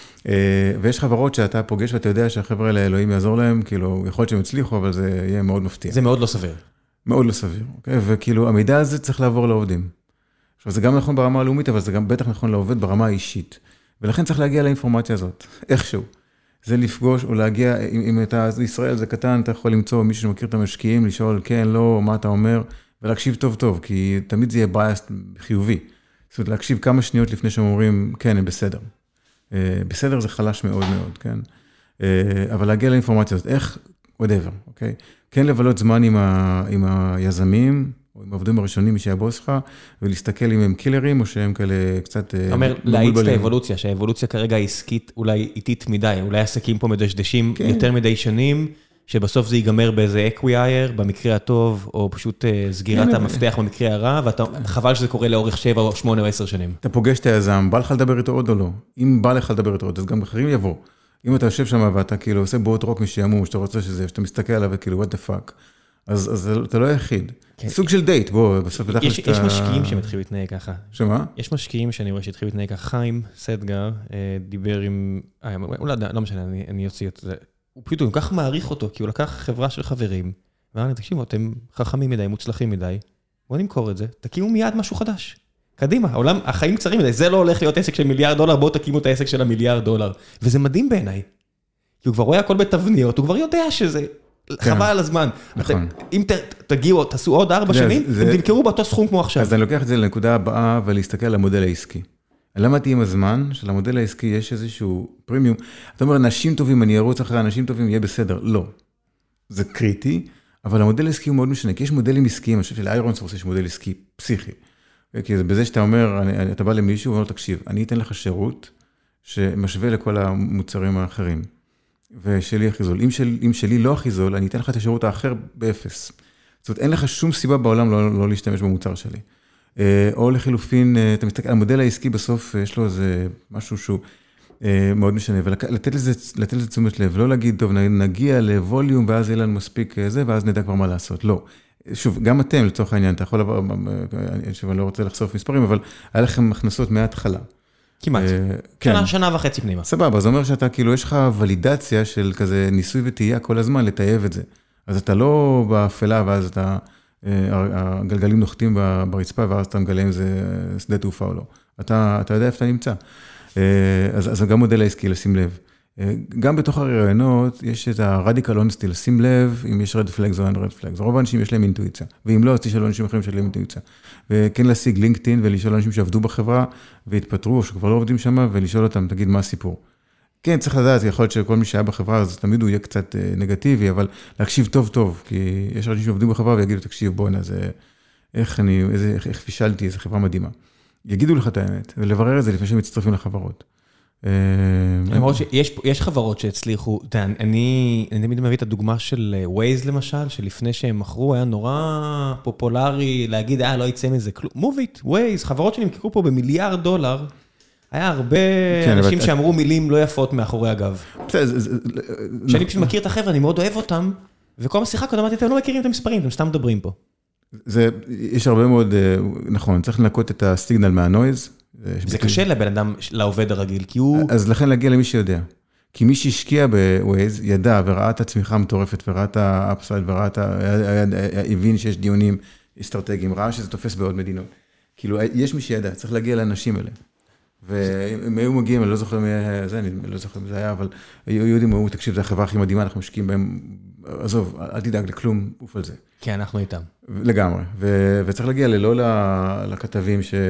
ויש חברות שאתה פוגש ואתה יודע שהחברה האלה, אלוהים יעזור להם, כאילו, יכול להיות שהם הצליחו, אבל זה יהיה מאוד מפתיע. זה מאוד לא סביר. מאוד לא סביר, אוקיי? וכאילו, המידע הזה צריך לעבור לעובדים. עכשיו, זה גם נכון ברמה הלאומית, אבל זה גם בטח נכון לעובד ברמה האישית. ולכן צריך להגיע לאינפורמציה הזאת, איכשהו. זה לפגוש או להגיע, אם, אם אתה, ישראל זה קטן, אתה יכול למצוא מישהו שמכיר את המשקיעים, לשאול כן, לא, מה אתה אומר, ולהקשיב טוב טוב, כי תמיד זה יהיה biased חיובי. זאת אומרת, להקשיב כמה שניות לפני שהם אומרים, כן, הם בסדר. בסדר זה חלש מאוד מאוד, כן? אבל להגיע לאינפורמציה הזאת, איך, whatever, אוקיי? כן לבלות זמן עם, ה, עם היזמים, או עם העובדים הראשונים, מי שהבוס שלך, ולהסתכל אם הם קילרים, או שהם כאלה קצת... אתה אומר, להאיץ את האבולוציה, שהאבולוציה כרגע עסקית אולי איטית מדי, אולי עסקים פה מדשדשים יותר מדי שנים, שבסוף זה ייגמר באיזה אקווייר, במקרה הטוב, או פשוט סגירת המפתח במקרה הרע, וחבל שזה קורה לאורך שבע או שמונה או עשר שנים. אתה פוגש את היזם, בא לך לדבר איתו עוד או לא? אם בא לך לדבר איתו עוד, אז גם אחרים יבוא. אם אתה יושב שם ואתה כאילו עושה בועות רוק משעמום, שאתה רוצה שזה, שאתה מסתכל עליו וכאילו, what the fuck. אז, אז אתה לא היחיד. כן. סוג של דייט, בוא, בסוף בטח... יש, יש משקיעים שמתחיל להתנהג ככה. שמה? יש משקיעים שאני רואה שהתחיל להתנהג ככה. חיים סדגר דיבר עם... אה, אולי, לא משנה, אני, אני אוציא את זה. הוא פשוט, הוא כך מעריך אותו, כי הוא לקח חברה של חברים, ואמר לי, תקשיבו, אתם חכמים מדי, מוצלחים מדי, בואו נמכור את זה, תקימו מיד משהו חדש. קדימה, העולם, החיים קצרים מדי, זה לא הולך להיות עסק של מיליארד דולר, בואו תקימו את העסק של המיליארד דולר. וזה מדהים בעיניי. כי הוא כבר רואה הכל בתבניות, הוא כבר יודע שזה... חבל על הזמן. אם תגיעו, תעשו עוד ארבע שנים, הם תמכרו באותו סכום כמו עכשיו. אז אני לוקח את זה לנקודה הבאה, ולהסתכל על המודל העסקי. למדתי עם הזמן, שלמודל העסקי יש איזשהו פרימיום. אתה אומר, אנשים טובים, אני ארוץ אחרי אנשים טובים, יהיה בסדר. לא. זה קריטי, אבל המודל העסקי הוא מאוד משנה, כי יש מודלים עסקיים, אני חושב שלאיירנסורס יש מודל עסקי פסיכי, כי זה בזה שאתה אומר, אני, אתה בא למישהו ואומר, תקשיב, אני אתן לך שירות שמשווה לכל המוצרים האחרים, ושלי הכי זול. אם, של, אם שלי לא הכי זול, אני אתן לך את השירות האחר באפס. זאת אומרת, אין לך שום סיבה בעולם לא, לא להשתמש במוצר שלי. או לחילופין, אתה מסתכל, המודל העסקי בסוף יש לו איזה משהו שהוא מאוד משנה, ולתת לזה, לתת לזה תשומת לב, לא להגיד, טוב, נגיע לווליום, ואז יהיה לנו מספיק זה, ואז נדע כבר מה לעשות. לא. שוב, גם אתם, לצורך העניין, אתה יכול לבוא, שוב, אני לא רוצה לחשוף מספרים, אבל היה לכם הכנסות מההתחלה. כמעט. שנה, שנה וחצי פנימה. סבבה, זה אומר שאתה, כאילו, יש לך ולידציה של כזה ניסוי וטעייה כל הזמן, לטייב את זה. אז אתה לא באפלה, ואז אתה, הגלגלים נוחתים ברצפה, ואז אתה מגלה אם זה שדה תעופה או לא. אתה, אתה יודע איפה אתה נמצא. אז, אז גם מודל העסקי, לשים לב. גם בתוך הרעיונות, יש את הרדיקל אונסטי, לשים לב אם יש רד פלאגס או אין רד פלאגס. רוב האנשים יש להם אינטואיציה, ואם לא, אז תשאלו אנשים אחרים שיש להם אינטואיציה. וכן להשיג לינקדאין ולשאול אנשים שעבדו בחברה, והתפטרו, או שכבר לא עובדים שם, ולשאול אותם, תגיד, מה הסיפור? כן, צריך לדעת, יכול להיות שכל מי שהיה בחברה, אז תמיד הוא יהיה קצת נגטיבי, אבל להקשיב טוב טוב, כי יש אנשים שעובדים בחברה ויגידו, תקשיב, בוא, זה, איך אני, איזה, איך פישלתי, איזו חברה מדהימה. יגידו לך את האמת, ולברר את זה לפני שהם מצטרפים לחברות. למרות שיש חברות שהצליחו, אני תמיד מביא את הדוגמה של ווייז למשל, שלפני שהם מכרו, היה נורא פופולרי להגיד, אה, לא יצא מזה כלום. מוב איט, ווייז, חברות שנמכרו פה במיליארד דולר, היה הרבה אנשים שאמרו מילים לא יפות מאחורי הגב. שאני פשוט מכיר את החבר'ה, אני מאוד אוהב אותם, וכל השיחה קודם אמרתי, אתם לא מכירים את המספרים, אתם סתם מדברים פה. יש הרבה מאוד, נכון, צריך לנקות את הסיגנל מהנויז. זה קשה לבן אדם, לעובד הרגיל, כי הוא... אז לכן להגיע למי שיודע. כי מי שהשקיע בווייז, ידע וראה את הצמיחה המטורפת, וראה את האפסייד, וראה את ה... הבין שיש דיונים אסטרטגיים, ראה שזה תופס בעוד מדינות. כאילו, יש מי שידע, צריך להגיע לאנשים האלה. והם היו מגיעים, אני לא זוכר מי זה, אני לא זוכר מי זה היה, אבל יהודים אמרו, תקשיב, זו החברה הכי מדהימה, אנחנו משקיעים בהם, עזוב, אל תדאג לכלום, אוף על זה. כן, אנחנו איתם. לגמרי, וצריך להגיע ללא לכתבים ש...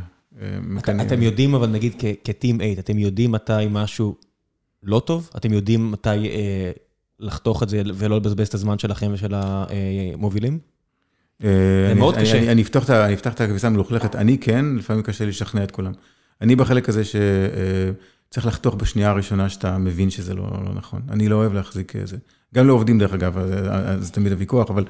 אתם יודעים, אבל נגיד כטים אייט, אתם יודעים מתי משהו לא טוב? אתם יודעים מתי לחתוך את זה ולא לבזבז את הזמן שלכם ושל המובילים? זה מאוד קשה. אני אפתח את הכביסה המלוכלכת, אני כן, לפעמים קשה לשכנע את כולם. אני בחלק הזה שצריך לחתוך בשנייה הראשונה שאתה מבין שזה לא נכון. אני לא אוהב להחזיק זה. גם לא עובדים דרך אגב, זה תמיד הוויכוח, אבל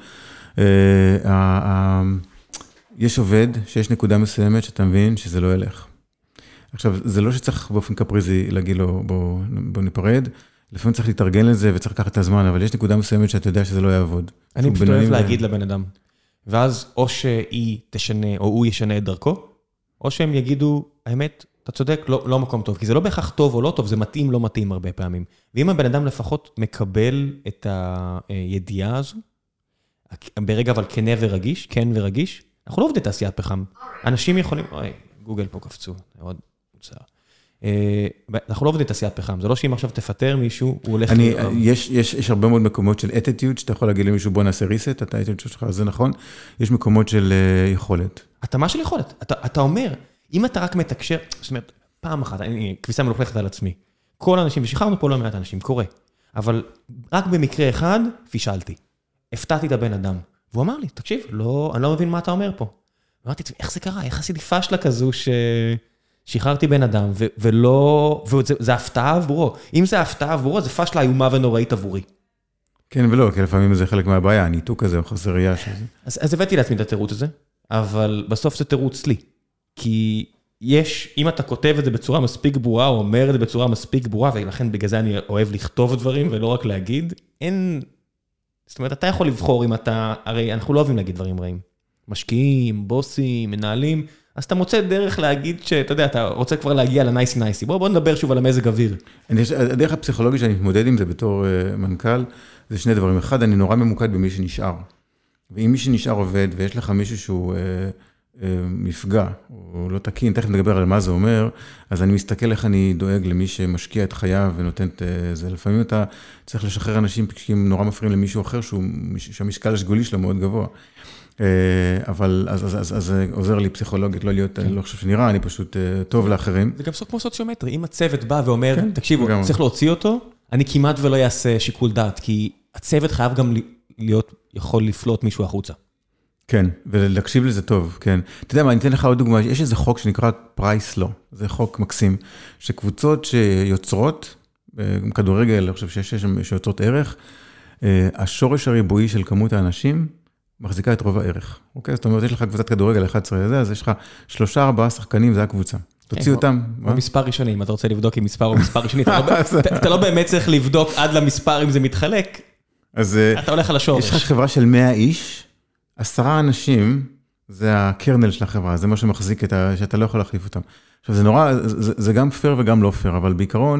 יש עובד שיש נקודה מסוימת שאתה מבין שזה לא ילך. עכשיו, זה לא שצריך באופן קפריזי להגיד לו, בוא, בוא ניפרד, לפעמים צריך להתארגן לזה וצריך לקחת את הזמן, אבל יש נקודה מסוימת שאתה יודע שזה לא יעבוד. אני פשוט אוהב להגיד לבן אדם, ואז או שהיא תשנה, או הוא ישנה את דרכו, או שהם יגידו, האמת, אתה צודק, לא, לא מקום טוב, כי זה לא בהכרח טוב או לא טוב, זה מתאים, לא מתאים הרבה פעמים. ואם הבן אדם לפחות מקבל את הידיעה הזו, ברגע אבל כנה ורגיש, כן ורגיש, אנחנו לא עובדי תעשיית פחם. אנשים יכולים, אוי, גוגל פה קפצו, מאוד מוצר. אנחנו לא עובדי תעשיית פחם, זה לא שאם עכשיו תפטר מישהו, הוא הולך... יש הרבה מאוד מקומות של attitude, שאתה יכול להגיד למישהו, בוא נעשה reset, אתה attitude שלך, זה נכון. יש מקומות של יכולת. התאמה של יכולת. אתה אומר, אם אתה רק מתקשר, זאת אומרת, פעם אחת, אני כביסה מלוכלכת על עצמי, כל האנשים, ושחררנו פה לא מעט אנשים, קורה, אבל רק במקרה אחד, פישלתי. הפתעתי את הבן אדם. והוא אמר לי, תקשיב, לא, אני לא מבין מה אתה אומר פה. אמרתי, איך זה קרה? איך עשיתי פשלה כזו ששחררתי בן אדם, ו- ולא, וזה הפתעה עבורו. אם זה הפתעה עבורו, זה פשלה איומה ונוראית עבורי. כן ולא, כי לפעמים זה חלק מהבעיה, הניתוק הזה, או חסר ראייה של זה. אז, אז הבאתי לעצמי את התירוץ הזה, אבל בסוף זה תירוץ לי. כי יש, אם אתה כותב את זה בצורה מספיק ברורה, או אומר את זה בצורה מספיק ברורה, ולכן בגלל זה אני אוהב לכתוב דברים, ולא רק להגיד, אין... זאת אומרת, אתה יכול לבחור אם אתה, הרי אנחנו לא אוהבים להגיד דברים רעים. משקיעים, בוסים, מנהלים, אז אתה מוצא דרך להגיד שאתה יודע, אתה רוצה כבר להגיע לנייסי נייסי. בוא, בוא נדבר שוב על המזג אוויר. הדרך הפסיכולוגית שאני מתמודד עם זה בתור מנכ"ל, זה שני דברים. אחד, אני נורא ממוקד במי שנשאר. ואם מי שנשאר עובד, ויש לך מישהו שהוא מפגע, או לא תקין, תכף נדבר על מה זה אומר, אז אני מסתכל איך אני דואג למי שמשקיע את חייו ונותן את זה. לפעמים אתה צריך לשחרר אנשים שהם נורא מפריעים למישהו אחר, שהמשקל השגולי שלו מאוד גבוה. אבל אז זה עוזר לי פסיכולוגית, לא להיות, אני לא חושב שנראה, אני פשוט טוב לאחרים. זה גם סוג כמו סוציומטרי, אם הצוות בא ואומר, תקשיבו, צריך להוציא אותו, אני כמעט ולא יעשה שיקול דעת, כי הצוות חייב גם להיות, יכול לפלוט מישהו החוצה. כן, ולהקשיב לזה טוב, כן. אתה יודע מה, אני אתן לך עוד דוגמה, יש איזה חוק שנקרא פרייס לו, זה חוק מקסים, שקבוצות שיוצרות, כדורגל, אני חושב שיש שיוצרות ערך, השורש הריבועי של כמות האנשים, מחזיקה את רוב הערך. אוקיי? זאת אומרת, יש לך קבוצת כדורגל אחת עשרה הזה, אז יש לך שלושה, ארבעה שחקנים, זה הקבוצה. תוציא אותם. מספר ראשוני, אם אתה רוצה לבדוק עם מספר או מספר ראשוני, אתה לא באמת צריך לבדוק עד למספר אם זה מתחלק, אתה הולך על השורש. יש לך חברה של מאה איש, עשרה אנשים, זה הקרנל של החברה, זה מה שמחזיק את ה... שאתה לא יכול להחליף אותם. עכשיו, זה נורא, זה, זה גם פייר וגם לא פייר, אבל בעיקרון,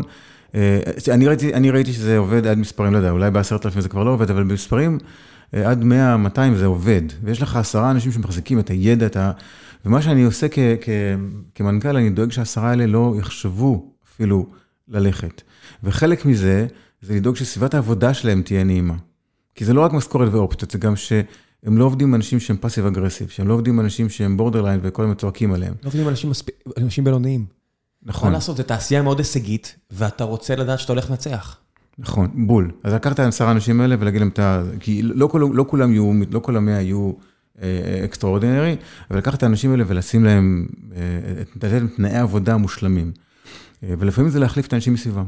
אני ראיתי, אני ראיתי שזה עובד עד מספרים, לא יודע, אולי בעשרת אלפים זה כבר לא עובד, אבל במספרים, עד מאה, מאתיים זה עובד, ויש לך עשרה אנשים שמחזיקים את הידע, את ה... ומה שאני עושה כ... כ... כמנכ"ל, אני דואג שהעשרה האלה לא יחשבו אפילו ללכת. וחלק מזה, זה לדאוג שסביבת העבודה שלהם תהיה נעימה. כי זה לא רק משכורת ואופציות, זה גם שהם לא עובדים עם אנשים שהם פאסיב אגרסיב, שהם לא עובדים עם אנשים שהם בורדרליין וכל הם צועקים עליהם. לא עובדים עם אנשים, מספ... אנשים בינוניים. נכון. מה לעשות, זה תעשייה מאוד הישגית, ואתה רוצה לדעת שאתה הולך לנצח. נכון, בול. אז לקחת את עשרה האנשים האלה ולהגיד להם, כי לא, כל, לא כולם יהיו, לא כל המאה יהיו אקסטראורדינרי, אבל לקחת את האנשים האלה ולשים להם, לתת להם תנאי עבודה מושלמים. ולפעמים זה להחליף את האנשים מסביבם.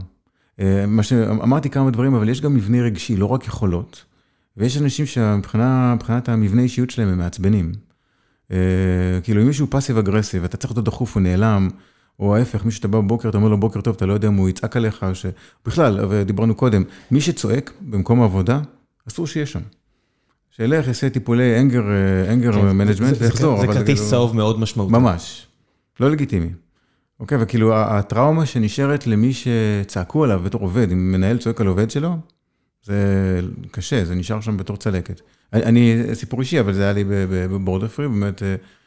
אמרתי כמה דברים, אבל יש גם מבנה רגשי, לא רק יכולות. ויש אנשים שמבחינת המבנה אישיות שלהם הם מעצבנים. כאילו, אם מישהו פאסיב אגרסיב, אתה צריך אותו דחוף, הוא נעלם, או ההפך, מי שאתה בא בבוקר, אתה אומר לו בוקר טוב, אתה לא יודע אם הוא יצעק עליך, או ש... בכלל, ודיברנו קודם, מי שצועק במקום העבודה, אסור שיהיה שם. שילך, יעשה טיפולי אנגר, אנגר מנג'מנט, ויחזור. זה כרטיס צהוב מאוד משמעותי. ממש. לא לגיטימי. אוקיי, וכאילו, הטראומה שנשארת למי שצעקו עליו בתור עובד, אם מנהל צועק על עובד שלו, זה קשה, זה נשאר שם בתור צלקת. אני, סיפור אישי, אבל זה היה לי בבורדר פרי, באמת,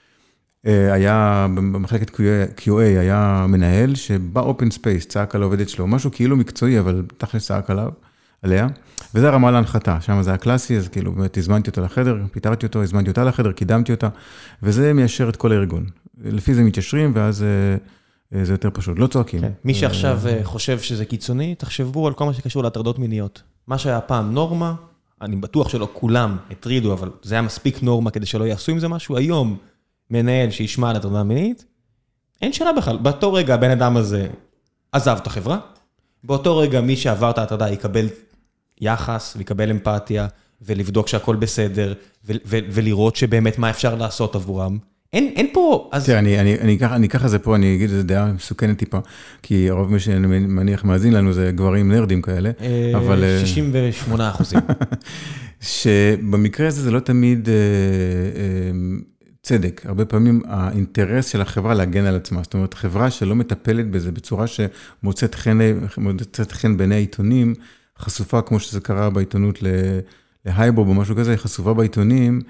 היה במחלקת קיו איי, היה מנהל שבא אופן ספייס, צעק על העובדת שלו, משהו כאילו מקצועי, אבל תכלס צעק עליו, עליה, וזה הרמה להנחתה, שם זה היה קלאסי, אז כאילו באמת הזמנתי אותו לחדר, פיתרתי אותו, הזמנתי אותה לחדר, קידמתי אותה, וזה מיישר את כל הארגון. לפי זה מתיישרים, ואז זה יותר פשוט, לא צועקים. מי שעכשיו חושב שזה קיצוני, תחשבו על כל מה שקשור להטרדות מיניות. מה שהיה פעם נורמה, אני בטוח שלא כולם הטרידו, אבל זה היה מספיק נורמה כדי שלא יעשו עם זה משהו. היום מנהל שישמע על הטרדה מינית, אין שאלה בכלל. באותו רגע הבן אדם הזה עזב את החברה, באותו רגע מי שעבר את ההטרדה יקבל יחס, ויקבל אמפתיה, ולבדוק שהכל בסדר, ו- ו- ולראות שבאמת מה אפשר לעשות עבורם. אין, אין פה... אז... תראה, אני, אני, אני, אני אקח את זה פה, אני אגיד, זו דעה מסוכנת טיפה, כי הרוב מי שאני מניח מאזין לנו זה גברים נרדים כאלה, אבל... שישים ושמונה אחוזים. שבמקרה הזה זה לא תמיד אה, אה, צדק. הרבה פעמים האינטרס של החברה להגן על עצמה. זאת אומרת, חברה שלא מטפלת בזה בצורה שמוצאת חן, מוצאת חן בעיני העיתונים, חשופה כמו שזה קרה בעיתונות להייבוב או משהו כזה, היא חשופה בעיתונים,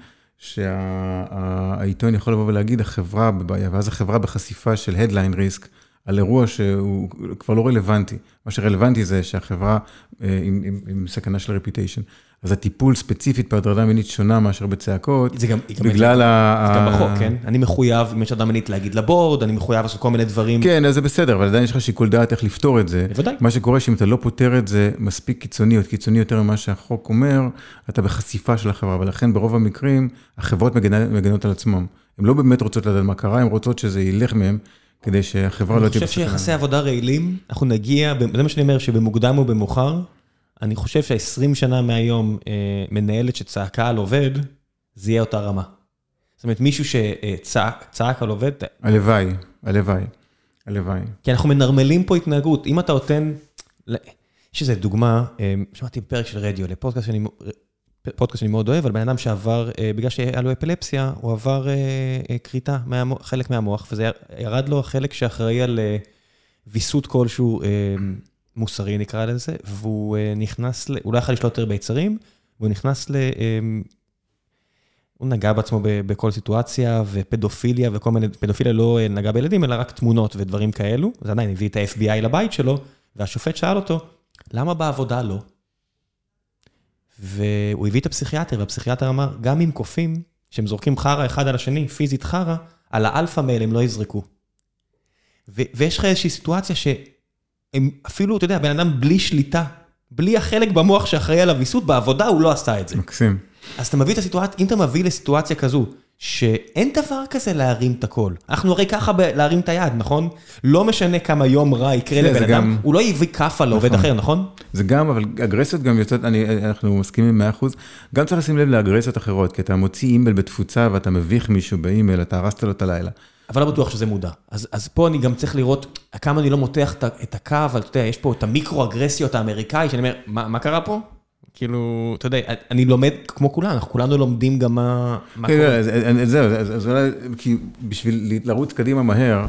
שהעיתון יכול לבוא ולהגיד, החברה בבעיה, ואז החברה בחשיפה של headline risk, על אירוע שהוא כבר לא רלוונטי. מה שרלוונטי זה שהחברה עם, עם, עם סכנה של reputation. אז הטיפול ספציפית בהטרדה מינית שונה מאשר בצעקות, זה גם, בגלל זה, ה... זה גם בחוק, כן? אני מחויב, אם יש הטרדה מינית, להגיד לבורד, אני מחויב לעשות כל מיני דברים. כן, אז זה בסדר, אבל עדיין יש לך שיקול דעת איך לפתור את זה. בוודאי. מה שקורה שאם אתה לא פותר את זה מספיק קיצוני, או קיצוני יותר ממה שהחוק אומר, אתה בחשיפה של החברה, ולכן ברוב המקרים, החברות מגנות על עצמם. הן לא באמת רוצות לדעת מה קרה, הן רוצות שזה ילך מהם, כדי שהחברה לא תהיה בסכנה. אני חושב שיחסי עבודה רעילים, אנחנו נגיע, זה מה שאני אומר, שבמוקדם או במאוחר, אני חושב ש-עשרים שנה מהיום, מנהלת שצעקה על עובד, זה יהיה אותה רמה. זאת אומרת, מישהו שצעק על עובד... הלוואי, הלוואי, הלוואי. כי אנחנו מנרמלים פה התנהגות. אם אתה נותן... יש איזו דוגמה, שמעתי בפרק של רדיו, לפודקאסט שאני... פודקאסט שאני מאוד אוהב, על בן אדם שעבר, בגלל שהיה לו אפילפסיה, הוא עבר קריטה, חלק מהמוח, וזה ירד לו החלק שאחראי על ויסות כלשהו מוסרי, נקרא לזה, והוא נכנס, הוא לא יכול לשלוט יותר ביצרים, והוא נכנס ל... הוא נגע בעצמו בכל סיטואציה, ופדופיליה וכל מיני, פדופיליה לא נגע בילדים, אלא רק תמונות ודברים כאלו, זה עדיין הביא את ה-אף בי איי לבית שלו, והשופט שאל אותו, למה בעבודה לא? והוא הביא את הפסיכיאטר, והפסיכיאטר אמר, גם אם קופים, שהם זורקים חרה אחד על השני, פיזית חרה, על האלפא מייל הם לא יזרקו. ו- ויש לך איזושהי סיטואציה שהם אפילו, אתה יודע, בן אדם בלי שליטה, בלי החלק במוח שאחראי על הוויסות, בעבודה הוא לא עשה את זה. מקסים. אז אתה מביא את הסיטואציה, אם אתה מביא לסיטואציה כזו, שאין דבר כזה להרים את הכל. אנחנו הרי ככה להרים את היד, נכון? לא משנה כמה יום רע יקרה לבן אדם, הוא לא יביא כף על עובד אחר, נכון? זה גם, אבל אגרסיות גם יוצאות, אנחנו מסכימים מאה אחוז, גם צריך לשים לב לאגרסיות אחרות, כי אתה מוציא אימייל בתפוצה, ואתה מביך מישהו באימייל, אתה הרסת לו את הלילה. אבל לא בטוח שזה מודע. אז, אז פה אני גם צריך לראות כמה אני לא מותח את הקו, אבל אתה יודע, יש פה את המיקרו-אגרסיות האמריקאי, שאני אומר, מה, מה קרה פה? כאילו, אתה יודע, אני לומד כמו כולנו, אנחנו כולנו לומדים גם מה, מה כן, קורה. זהו, זהו, אז אולי, כי בשביל לרוץ קדימה מהר,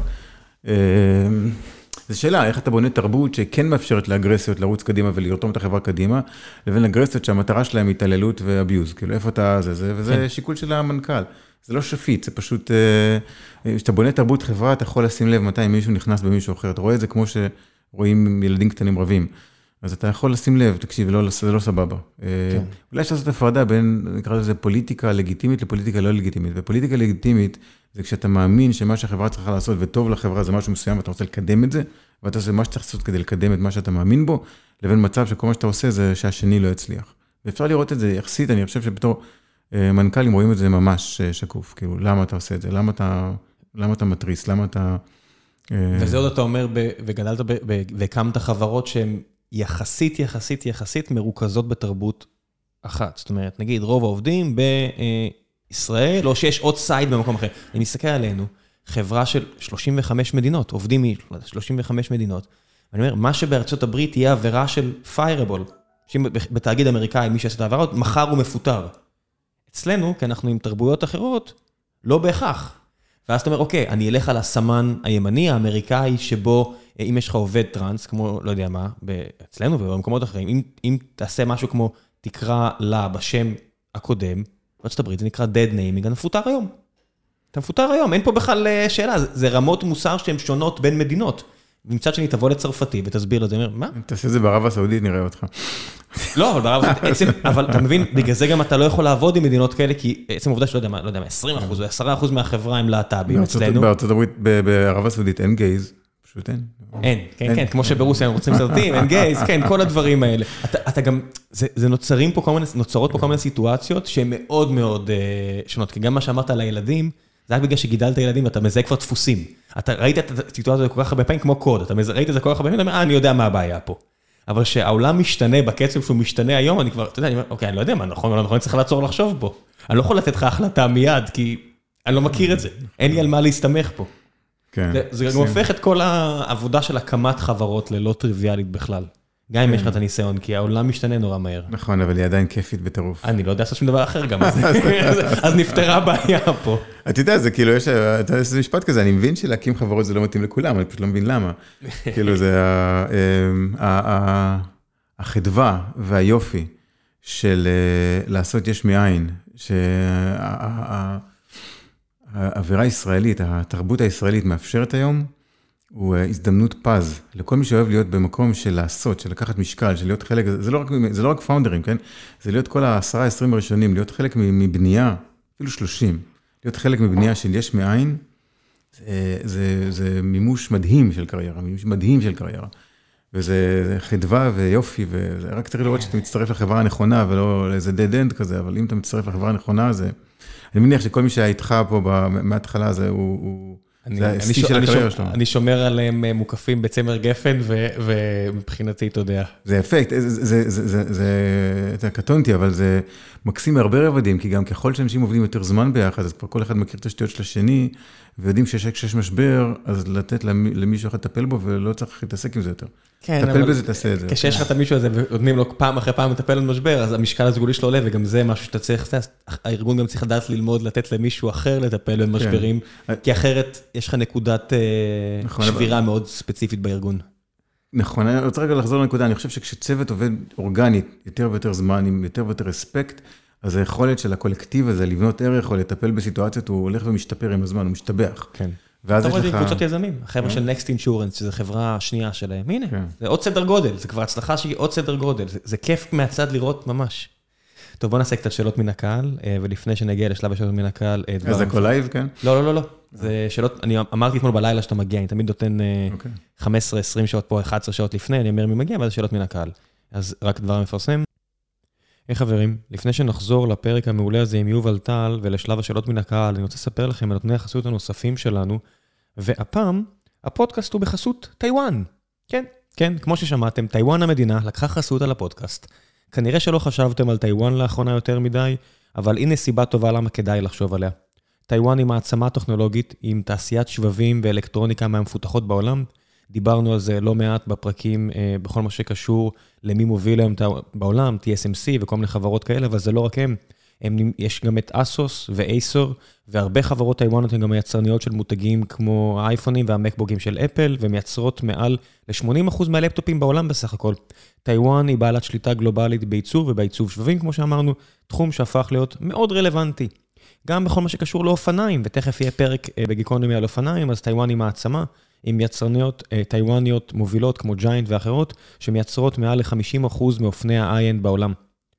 זו שאלה, איך אתה בונה תרבות שכן מאפשרת לאגרסיות לרוץ קדימה ולרתום את החברה קדימה, לבין אגרסיות שהמטרה שלהם היא התעללות ואביוז, כאילו איפה אתה זה, זה, וזה שיקול של המנכ"ל. זה לא שפיט, זה פשוט, כשאתה בונה תרבות חברה, אתה יכול לשים לב מתי מישהו נכנס במישהו אחר, אתה רואה את זה כמו שרואים ילדים קטנים רבים, אז אתה יכול לשים לב, תקשיב, זה לא סבבה. אולי יש לעשות הפרדה בין, נקרא לזה פוליטיקה לגיטימית לפוליטיקה לא לגיטימית, ופוליטיקה לגיטימית זה כשאתה מאמין שמה שהחברה צריכה לעשות וטוב לחברה זה משהו מסוים, ואתה רוצה לקדם את זה, ואתה עושה מה שצריך לעשות כדי לקדם את מה שאתה מאמין בו, לבין מצב שכל מה שאתה עושה זה שהשני לא יצליח. ואפשר לראות את זה יחסית, אני חושב שבתור מנכ"לים רואים את זה ממש שקוף, כאילו, למה אתה עושה את זה? למה אתה, למה אתה מטריס? למה אתה... וזה עוד אתה אומר, וגדלת, והקמת חברות שהן יחסית, יחסית, יחסית מרוכזות בתרבות אחת. זאת אומרת, נגיד, רוב העובדים בישראל, או שיש עוד סייד במקום אחר. אני מסתכל עלינו, חברה של שלושים וחמש מדינות, עובדים מ-שלושים וחמש מדינות. ואני אומר, מה שבארצות הברית תהיה עבירה של פיירבול, בתאגיד אמריקאי, מי שעשה את העבירות, מחר הוא מפוטר. אצלנו, כי אנחנו עם תרבויות אחרות, לא בהכרח. ואז אתה אומר, אוקיי, אני אלך על הסמן הימני, האמריקאי, שבו, אם יש לך עובד טרנס, כמו, לא יודע מה, אצלנו ובמקומות אחרים, אם, אם תעשה משהו כמו, תקרא לה בשם הקודם, בארצות הברית, זה נקרא dead naming, אתה מפוטר היום. אתה מפוטר היום, אין פה בכלל שאלה, זה, זה רמות מוסר שהן שונות בין מדינות. ומצד שני, תבוא לצרפתי ותסביר לו, זה אומר, מה? תעשה את זה בערב הסעודית, נראה אותך. לא, אבל בערב הסעודית, אבל אתה מבין, בגלל זה גם אתה לא יכול לעבוד עם מדינות כאלה, כי עצם העובדה שלא יודע מה, לא יודע מה, עשרים אחוז או עשרה אחוז מהחברה הם להט"בים אצלנו. בארצות הברית, בערב הסעודית אין גייז, פשוט אין. אין, כן, כן, כמו שברוסיה הם רוצים סרטים, אין גייז, כן, כל הדברים האלה. אתה גם, זה נוצרים פה כל מיני, נוצרות פה כל מיני סיטואציות שהן מאוד מאוד שונות, כי גם מה שאמרת על הילדים, זה רק בגלל שגידלת ילדים, ואתה מזהה כבר דפוסים. אתה ראית את הסיטואציה כל כך הרבה פעמים כמו קוד, אתה ראית את זה כל כך הרבה פעמים, אתה אומר, אה, אני יודע מה הבעיה פה. אבל שהעולם משתנה בקצב שהוא משתנה היום, אני כבר, אתה יודע, אני אומר, אוקיי, אני לא יודע מה נכון, לא נכון, אני צריך לעצור לחשוב בו. אני לא יכול לתת לך החלטה מיד, כי אני לא מכיר את זה. אין לי על מה להסתמך פה. זה גם הופך את כל העבודה של הקמת חברות ללא טריוויאלית בכלל. גם אם יש לך את הניסיון, כי העולם משתנה נורא מהר. נכון, אבל היא עדיין כיפית בטירוף. אני לא יודע לעשות שום דבר אחר גם, אז נפתרה בעיה פה. אתה יודע, זה כאילו, יש משפט כזה, אני מבין שלהקים חברות זה לא מתאים לכולם, אני פשוט לא מבין למה. כאילו זה החדווה והיופי של לעשות יש מאין, שהאווירה הישראלית, התרבות הישראלית מאפשרת היום, הוא הזדמנות פז, לכל מי שאוהב להיות במקום של לעשות, של לקחת משקל, של להיות חלק, זה לא רק, זה לא רק פאונדרים, כן? זה להיות כל העשרה, עשרים הראשונים, להיות חלק מבנייה, אפילו שלושים, להיות חלק מבנייה של יש מאין, זה, זה, זה מימוש מדהים של קריירה, מימוש מדהים של קריירה. וזה חדווה ויופי, ורק צריך לראות שאתה מצטרף לחברה הנכונה, ולא לאיזה dead end כזה, אבל אם אתה מצטרף לחברה הנכונה, זה, אני מניח שכל מי שהיה איתך פה מההתחלה, זה הוא, אני שומר עליהם מוקפים בצמר גפן, ומבחינתי, אתה יודע. זה אפקט, זה קטונתי, אבל זה מקסים מהרבה רבדים, כי גם ככל שאנשים עובדים יותר זמן ביחד, אז כבר כל אחד מכיר את השטויות של השני, ויודעים שיש משבר, אז לתת למישהו אחד לטפל בו, ולא צריך להתעסק עם זה יותר. טפל בזה, תעשה את זה. כשיש לך את המישהו הזה, ונותנים לו פעם אחרי פעם לטפל במשבר, אז המשקל הסגולי שלו עולה, וגם זה משהו שאתה צריך, הארגון גם צריך לדעת ללמוד, לתת למישהו אחר לטפל במשברים, כי אחרת יש לך נקודת שבירה מאוד ספציפית בארגון. נכון, אני רוצה רגע לחזור לנקודה, אני חושב שכשצוות עובד אורגנית, יותר ויותר זמן, עם יותר ויותר רספקט, אז היכולת של הקולקטיב הזה, לבנות ערך או לטפל בסיטואציות, הוא הולך ומשתפר עם הזמן, הוא משתבח. כן. אתה רואה את קבוצות יזמים, החבר'ה של Next Insurance, שזו חברה השנייה שלהם, הנה, זה עוד סדר גודל, זה כבר הצלחה שהיא עוד סדר גודל, זה כיף מהצד לראות ממש. טוב, בוא נעשה קצת שאלות מן הקהל, ולפני שנגיע לשלב השאלות מן הקהל, אז זה כל לייב, כן? לא, לא, לא, לא. זה שאלות, אני אמרתי אתמול בלילה שאתה מגיע, אני תמיד נותן חמש עשרה עשרים שעות פה, אחת עשרה שעות לפני, אני אומר מי מגיע, ואז שאלות מן הקהל. אז רק דבר מפרסם. היי חברים, לפני שנחזור לפרק המעולה הזה עם יובל טל ולשלב השאלות מן הקהל, אני רוצה לספר לכם על נותני החסות הנוספים שלנו, והפעם הפודקאסט הוא בחסות טיואן. כן, כן, כמו ששמעתם, טיואן המדינה לקחה חסות על הפודקאסט. כנראה שלא חשבתם על טיואן לאחרונה יותר מדי, אבל הנה סיבה טובה למה כדאי לחשוב עליה. טיואן היא מעצמה טכנולוגית עם תעשיית שבבים ואלקטרוניקה מהמפותחות בעולם. דיברנו על זה לא מעט בפרקים אה, בכל מה שקשור למי מוביל היום בעולם, טי אס אם סי וכל מיני חברות כאלה, אבל זה לא רק הם. הם יש גם את אסוס ואייסור, והרבה חברות טיואניות הן גם מייצרניות של מותגים כמו האייפונים והמקבוקים של אפל, ומייצרות מעל ל-שמונים אחוז מהלפטופים בעולם בסך הכל. טיואן היא בעלת שליטה גלובלית בייצור ובעיצוב שבבים, כמו שאמרנו, תחום שהפך להיות מאוד רלוונטי. גם בכל מה שקשור לאופניים, ותכף יהיה פרק בגיקונומי על אופניים, אז טיואן היא מעצמה, עם יצרניות טיואניות מובילות כמו ג'יינט ואחרות, שמייצרות מעל ל-חמישים אחוז מאופני ה-איי-אנד בעולם.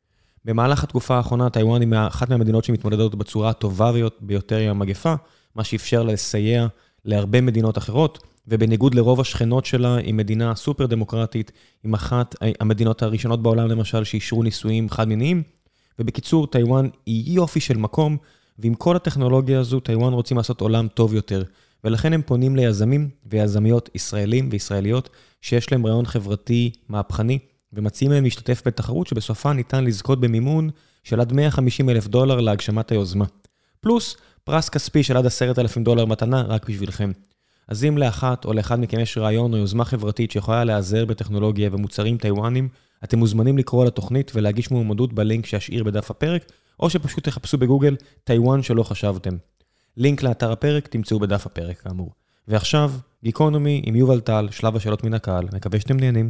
במהלך התקופה האחרונה, טיואן היא אחת מהמדינות שמתמודדות בצורה הטובה ביותר עם המגפה, מה שאפשר לה לסייע להרבה מדינות אחרות, ובניגוד לרוב השכנות שלה, היא מדינה סופר דמוקרטית, עם אחת המדינות הראשונות בעולם למשל, שאישרו ניסויים חד-מיניים, ובקיצור, טיואן היא יופי של מקום, ועם כל הטכנולוגיה הזו, טיואן רוצים לעשות עולם טוב יותר, ולכן הם פונים ליזמים ויזמיות ישראלים וישראליות, שיש להם רעיון חברתי מהפכני, ומציעים להם להשתתף בתחרות שבסופה ניתן לזכות במימון של עד מאה וחמישים אלף דולר להגשמת היוזמה. פלוס פרס כספי של עד עשרת אלפים דולר מתנה רק בשבילכם. אז אם לאחת או לאחד מכם יש רעיון או יוזמה חברתית שיכולה להיעזר בטכנולוגיה ומוצרים טיואנים, אתם מוזמנים לקרוא לתוכנית ולהגיש מועמדות בלינק שאשאיר בדף הפרק, או שפשוט תחפשו בגוגל טיואן שלא חשבתם. לינק לאתר הפרק תמצאו בדף הפרק כאמור. ועכשיו, גיקונומי עם יובל טל, שלב השאלות מן הקהל. מקווה שאתם נהנים.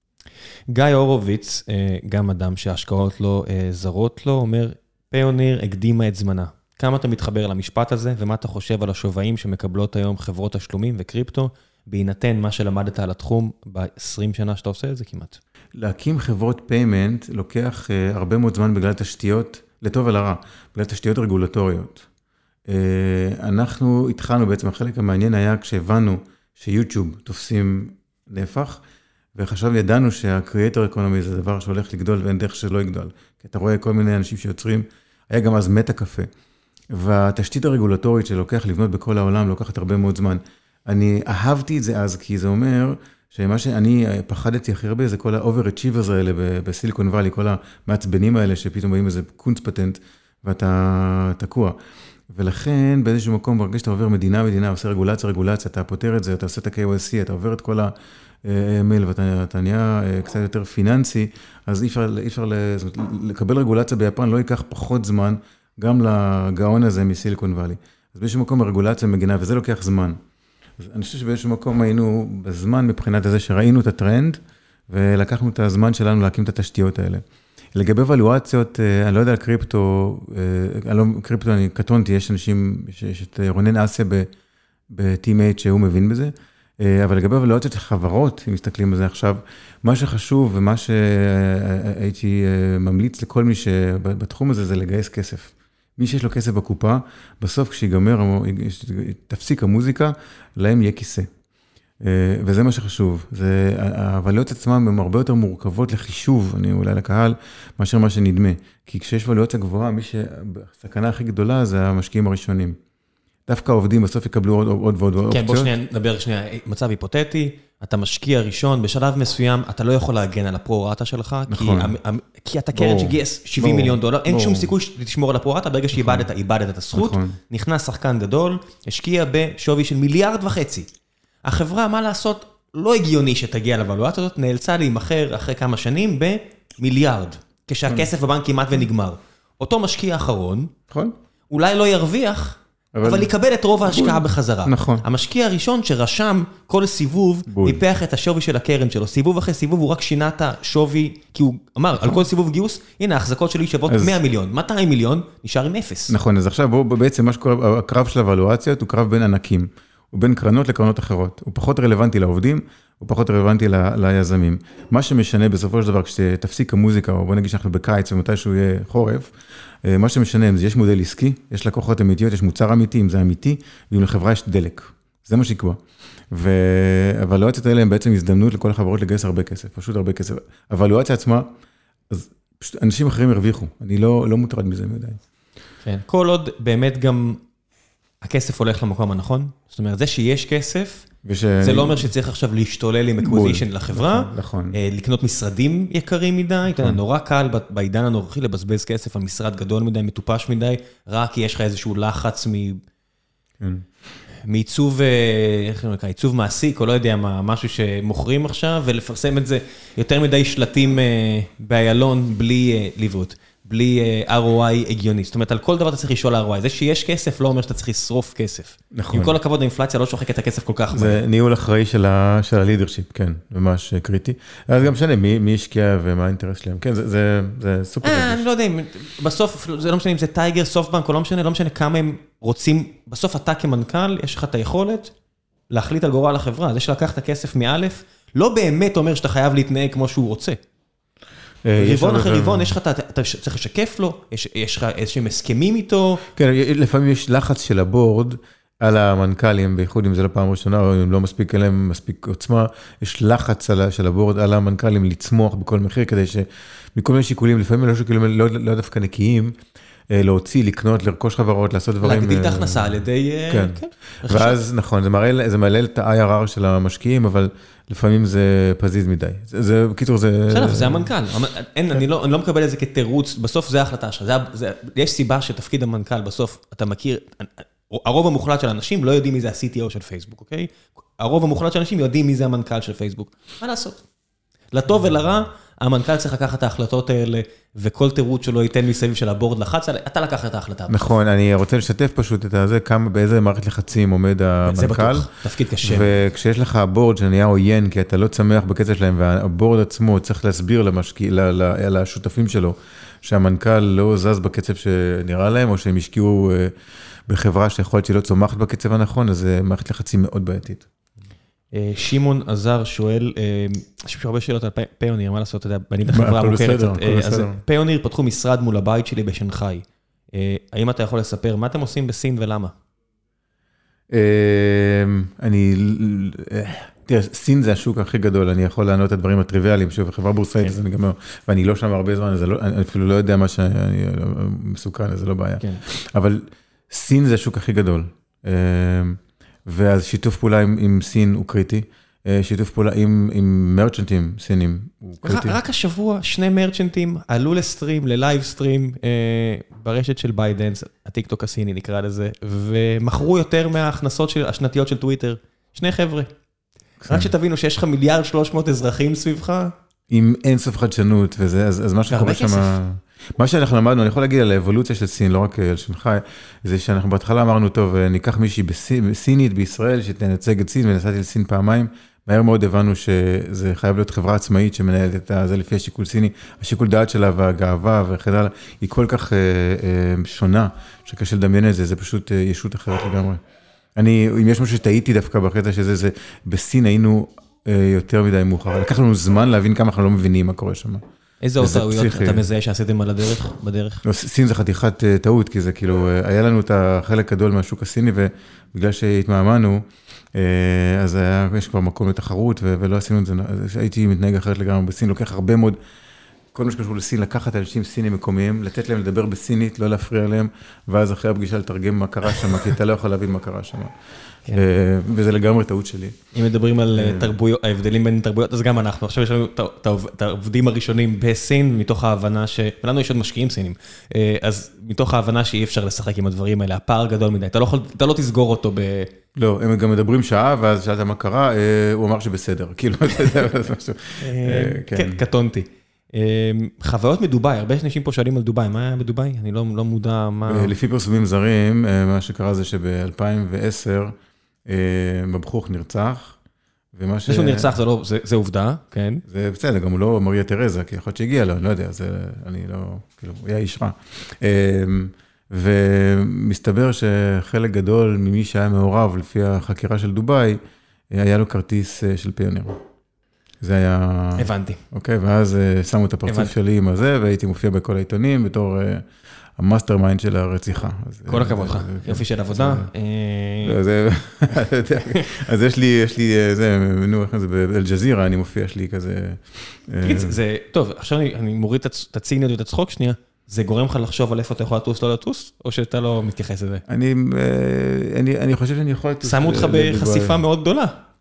גיא הורוביץ, גם אדם שההשקעות לו זרות לו, אומר, פיוניר הקדימה את זמנה. כמה אתה מתחבר למשפט הזה, ומה אתה חושב על השווים שמקבלות היום חברות תשלומים וקריפטו, בהינתן מה שלמדת על התחום ב-עשרים שנה שאתה עושה את זה כמעט? להקים חברות פיימנט לוקח הרבה מאוד זמן בגלל תשתיות, לטוב ולרע, בגלל תשתיות רגולטוריות. אנחנו התחלנו בעצם, החלק המעניין היה כשהבנו שיוטיוב תופסים נפח, וחשב ידענו שהקריאטור אקונומי זה דבר שהולך לגדול ואין דרך שלא יגדול. כי אתה רואה כל מיני אנשים שיוצרים, היה גם אז מטה קפה. והתשתית הרגולטורית שלוקח לבנות בכל העולם לוקחת הרבה מאוד זמן. אני אהבתי את זה אז, כי זה אומר שמה שאני פחדתי הכי הרבה זה כל ה-overachievers האלה בסיליקון ואלי, כל המעצבנים האלה שפתאום באים איזה קונץ פטנט ואתה תקוע. ולכן באיזשהו מקום ברגע שאתה עובר מדינה מדינה, עושה רגולציה רגולציה, אתה פותר את זה, אתה עושה את ה-קיי וואי סי, אתה עובר את כל ה-אם אל ואתה נהיה קצת יותר פיננסי, אז אי אפשר, אי אפשר לקבל רגולציה ביפן, לא ייקח פחות זמן גם לגאון הזה מסיליקון ואלי. אז באיזשהו מקום הרגולציה מגינה, וזה לוקח זמן. אז אני חושב שבאיזשהו מקום היינו בזמן מבחינת הזה שראינו את הטרנד, ולקחנו את הזמן שלנו להקים את התשתיות האלה. לגבי ולואציות, אני לא יודע על קריפטו, אני לא, קריפטו אני קטונתי, יש אנשים, יש את רונן אסיה ב-Teammate שהוא מבין בזה, אבל לגבי ולואציות של חברות, אם מסתכלים על זה עכשיו, מה שחשוב ומה שהייתי ממליץ לכל מי שבתחום הזה, זה לגייס כסף. מי שיש לו כסף בקופה, בסוף כשיגמר, תפסיק המוזיקה, להם יהיה כיסא. וזה מה שחשוב. הוולואציות עצמם הן הרבה יותר מורכבות לחישוב, אני אולי לקהל, מאשר מה שנדמה. כי כשיש וולואציה גבוהה, מי שהסכנה הכי גדולה זה המשקיעים הראשונים. דווקא העובדים בסוף יקבלו עוד, עוד ועוד אופציות. כן, בוא שנייה, נדבר שנייה, מצב היפותטי, אתה משקיע ראשון, בשלב מסוים, אתה לא יכול להגן על הפרו-רטה שלך, נכון. כי, כי אתה קרן שגייס שבעים מיליון דולר, אין שום סיכוי שתשמור על הפרו-רטה, ברגע שאיבדת, איבדת את הזכות, נכון. נכנס שחקן גדול, השקיע בשווי של מיליארד וחצי. החברה, מה לעשות, לא הגיוני שתגיע לוולואציה הזאת, נאלצה להימחר אחרי כמה שנים במיליארד, כשהכסף בבנק כמעט ונגמר. אותו משקיע האחרון, נכון. אולי לא ירוויח, אבל, אבל יקבל את רוב ההשקעה בחזרה. נכון. המשקיע הראשון שרשם כל סיבוב, ניפח את השווי של הקרן שלו. סיבוב אחרי סיבוב הוא רק שינה את השווי, כי הוא אמר, נכון. על כל סיבוב גיוס, הנה, ההחזקות שלי שוות אז... מאה מיליון, מאתיים מיליון, נשאר עם אפס. נכון, אז עכשיו בוא, בעצם מה שקורה, הקרב של הוולואציות הוא קרב בין ענקים. הוא בין קרנות לקרנות אחרות. הוא פחות רלוונטי לעובדים, הוא פחות רלוונטי ל, ליזמים. מה שמשנה בסופו של דבר, כשתפסיק המוזיקה, או בוא נגיד שאנחנו בקיץ, ומתישהו יהיה חורף, מה שמשנה, זה יש מודל עסקי, יש לקוחות אמיתיות, יש מוצר אמיתי, אם זה אמיתי, ואם לחברה יש דלק. זה מה שיקבע. והוולואציות האלה הן בעצם הזדמנות לכל החברות לגייס הרבה כסף, פשוט הרבה כסף. הוולואציה עצמה, אז פשוט אנשים אחרים הרוויחו, אני לא, לא מוטרד מזה מדי. כן, כל עוד באמת גם הכסף הולך למקום הנכון, זאת אומרת, זה שיש כסף, ושאני... זה לא אומר שצריך עכשיו להשתולל עם אקוויזישן לחברה, נכון, נכון. לקנות משרדים יקרים מדי, נכון. נורא קל בעידן הנוכחי לבזבז כסף על משרד גדול מדי, מטופש מדי, רק כי יש לך איזשהו לחץ מ... כן. מעיצוב, איך נקרא, עיצוב מעסיק, או לא יודע מה, משהו שמוכרים עכשיו, ולפרסם את זה יותר מדי שלטים באיילון, בלי ליוות, בלי אר או איי הגיוני. זאת אומרת, על כל דבר אתה צריך לשאול אר או איי. זה שיש כסף לא אומר שאתה צריך לשרוף כסף. נכון. עם כל הכבוד, האינפלציה לא שוחק את הכסף כל כך. זה ניהול אחראי של הלידרשיפ, כן, ממש קריטי. אז גם משנה, מי השקיע ומה האינטרס שלהם. כן, זה סופר רגיש. אני לא יודע, בסוף, זה לא משנה אם זה טייגר, סופטבנק, או לא משנה, לא משנה כמה הם רוצים, בסוף אתה כמנכ"ל, יש לך את היכולת להחליט על גורל החברה. זה שלקח את הכסף מאלף, לא באמת אומר שאתה חייב להתנהג כמו שהוא רוצה. ריבון אחרי ריבון, יש לך, אתה צריך לשקף לו, יש לך איזשהם הסכמים איתו. כן, לפעמים יש לחץ של הבורד על המנכ"לים, בייחוד אם זה לא פעם ראשונה, או אם לא מספיק אליהם, מספיק עוצמה, יש לחץ של הבורד על המנכ"לים לצמוח בכל מחיר, כדי שמכל מיני שיקולים, לפעמים לא שיקולים לא דווקא נקיים, להוציא, לקנות, לרכוש חברות, לעשות דברים. להגדיל את ההכנסה על ידי... כן, ואז נכון, זה מעלה את ה-איי אר אר של המשקיעים, אבל לפעמים זה פזיז מדי. זה, בקיצור, זה... בסדר, זה המנכ"ל. אני לא מקבל את זה כתירוץ, בסוף זה ההחלטה שלך. יש סיבה שתפקיד המנכ"ל, בסוף אתה מכיר, הרוב המוחלט של אנשים לא יודעים מי זה ה-סי טי או של פייסבוק, אוקיי? הרוב המוחלט של אנשים יודעים מי זה המנכ"ל של פייסבוק. מה לעשות? לטוב ולרע, המנכ"ל צריך לקחת את ההחלטות האלה, וכל תירוץ שלו ייתן מסביב של הבורד לחץ, אתה לקח את ההחלטה. נכון, אני רוצה לשתף פשוט את זה, באיזה מערכת לחצים עומד המנכ"ל. זה בטוח, תפקיד קשה. וכשיש לך הבורד שנהיה עוין, כי אתה לא צמח בקצב שלהם, והבורד עצמו צריך להסביר לשותפים שלו, שהמנכ"ל לא זז בקצב שנראה להם, או שהם השקיעו בחברה שיכול להיות שלא צומחת בקצב הנכון, אז זה מערכת לחצים מאוד בעייתית. שימון עזר שואל, יש הרבה שאלות על פיוניר, מה לעשות, אתה יודע, בנית חברה מוכרת. אז פיוניר פתחו משרד מול הבית שלי בשנגחאי. האם אתה יכול לספר מה אתם עושים בסין ולמה? אני, תראה, סין זה השוק הכי גדול, אני יכול לענות את הדברים הטריוויאליים, שוב, חברה בורסאית, ואני לא שם הרבה זמן, אני אפילו לא יודע מה שאני מסוכן, זה לא בעיה. אבל סין זה השוק הכי גדול. ואז שיתוף פעולה עם, עם סין הוא קריטי, שיתוף פעולה עם, עם מרצ'נטים סינים הוא קריטי. רק השבוע שני מרצ'נטים עלו לסטרים, ללייב סטרים, ברשת של ביידנס, הטיקטוק הסיני נקרא לזה, ומכרו יותר מההכנסות של, השנתיות של טוויטר. שני חבר'ה. רק שתבינו שיש לך מיליארד שלוש מאות אזרחים סביבך. עם אינסוף חדשנות וזה, אז, אז מה שקורה שם... מה שאנחנו למדנו, אני יכול להגיד על האבולוציה של סין, לא רק על שנגחאי, זה שאנחנו בהתחלה אמרנו, טוב, ניקח מישהי בסינית בישראל, שתנצג את סין, ונסעתי לסין פעמיים, מהר מאוד הבנו שזה חייב להיות חברה עצמאית שמנהלת את זה לפי השיקול סיני, השיקול דעת שלה והגאווה וכדאלה, היא כל כך שונה, שקשה לדמיין את זה, זה פשוט ישות אחרת לגמרי. אני, אם יש משהו שטעיתי דווקא בקטע שזה, זה, בסין היינו יותר מדי מאוחר, לקח לנו זמן להבין כמה אנחנו לא מבינים מה קורה שם. איזה עוד טעויות אתה מזהה שעשיתם על הדרך, בדרך? סין זה חתיכת טעות, כי זה כאילו, היה לנו את החלק גדול מהשוק הסיני, ובגלל שהתמאמנו, אז היה, יש כבר מקום לתחרות, ולא עשינו את זה, הייתי מתנהג אחרת לגמרי בסין, לוקח הרבה מאוד, כל מה שקשור לסין, לקחת אנשים סינים מקומיים, לתת להם לדבר בסינית, לא להפריע להם, ואז אחרי הפגישה לתרגם מה קרה שם, כי אתה לא יכול להבין מה קרה שם. וזה לגמרי טעות שלי. אם מדברים על ההבדלים בין תרבויות, אז גם אנחנו, עכשיו יש לנו את העובדים הראשונים בסין, מתוך ההבנה ש... לנו יש עוד משקיעים סינים, אז מתוך ההבנה שאי אפשר לשחק עם הדברים האלה, הפער גדול מדי, אתה לא תסגור אותו ב... לא, הם גם מדברים שעה, ואז שאלת מה קרה, הוא אמר שבסדר, כאילו, זה משהו. כן, קטונתי. חוויות מדובאי, הרבה אנשים פה שואלים על דובאי, מה היה בדובאי? אני לא מודע מה... לפי פרסומים זרים, מה שקרה זה שב-אלפיים ועשר מבחוך נרצח, ומה ש... זה שהוא נרצח זה עובדה, כן? זה בסדר, גם הוא לא מריה תרזה, כי יכול להיות שהגיע לו, אני לא יודע, זה, אני לא, כאילו, הוא היה איש רע. ומסתבר שחלק גדול ממי שהיה מעורב לפי החקירה של דובאי, היה לו כרטיס של פיוניר. זה היה... הבנתי. אוקיי, ואז שמו את הפרצוף שלי עם הזה, והייתי מופיע בכל העיתונים בתור המאסטר מיינד של הרציחה. כל הכבוד לך, יופי של עבודה. אז יש לי, יש לי, זה, נו, איך זה, באל-ג'זירה, אני מופיע, יש לי כזה... זה, טוב, עכשיו אני מוריד את הציניות ואת הצחוק שנייה, זה גורם לך לחשוב על איפה אתה יכול לטוס, לא לטוס, או שאתה לא מתייחס לזה? אני, אני, אני חושב שאני יכול לטוס... שמו אותך בחשיפה מאוד גדולה.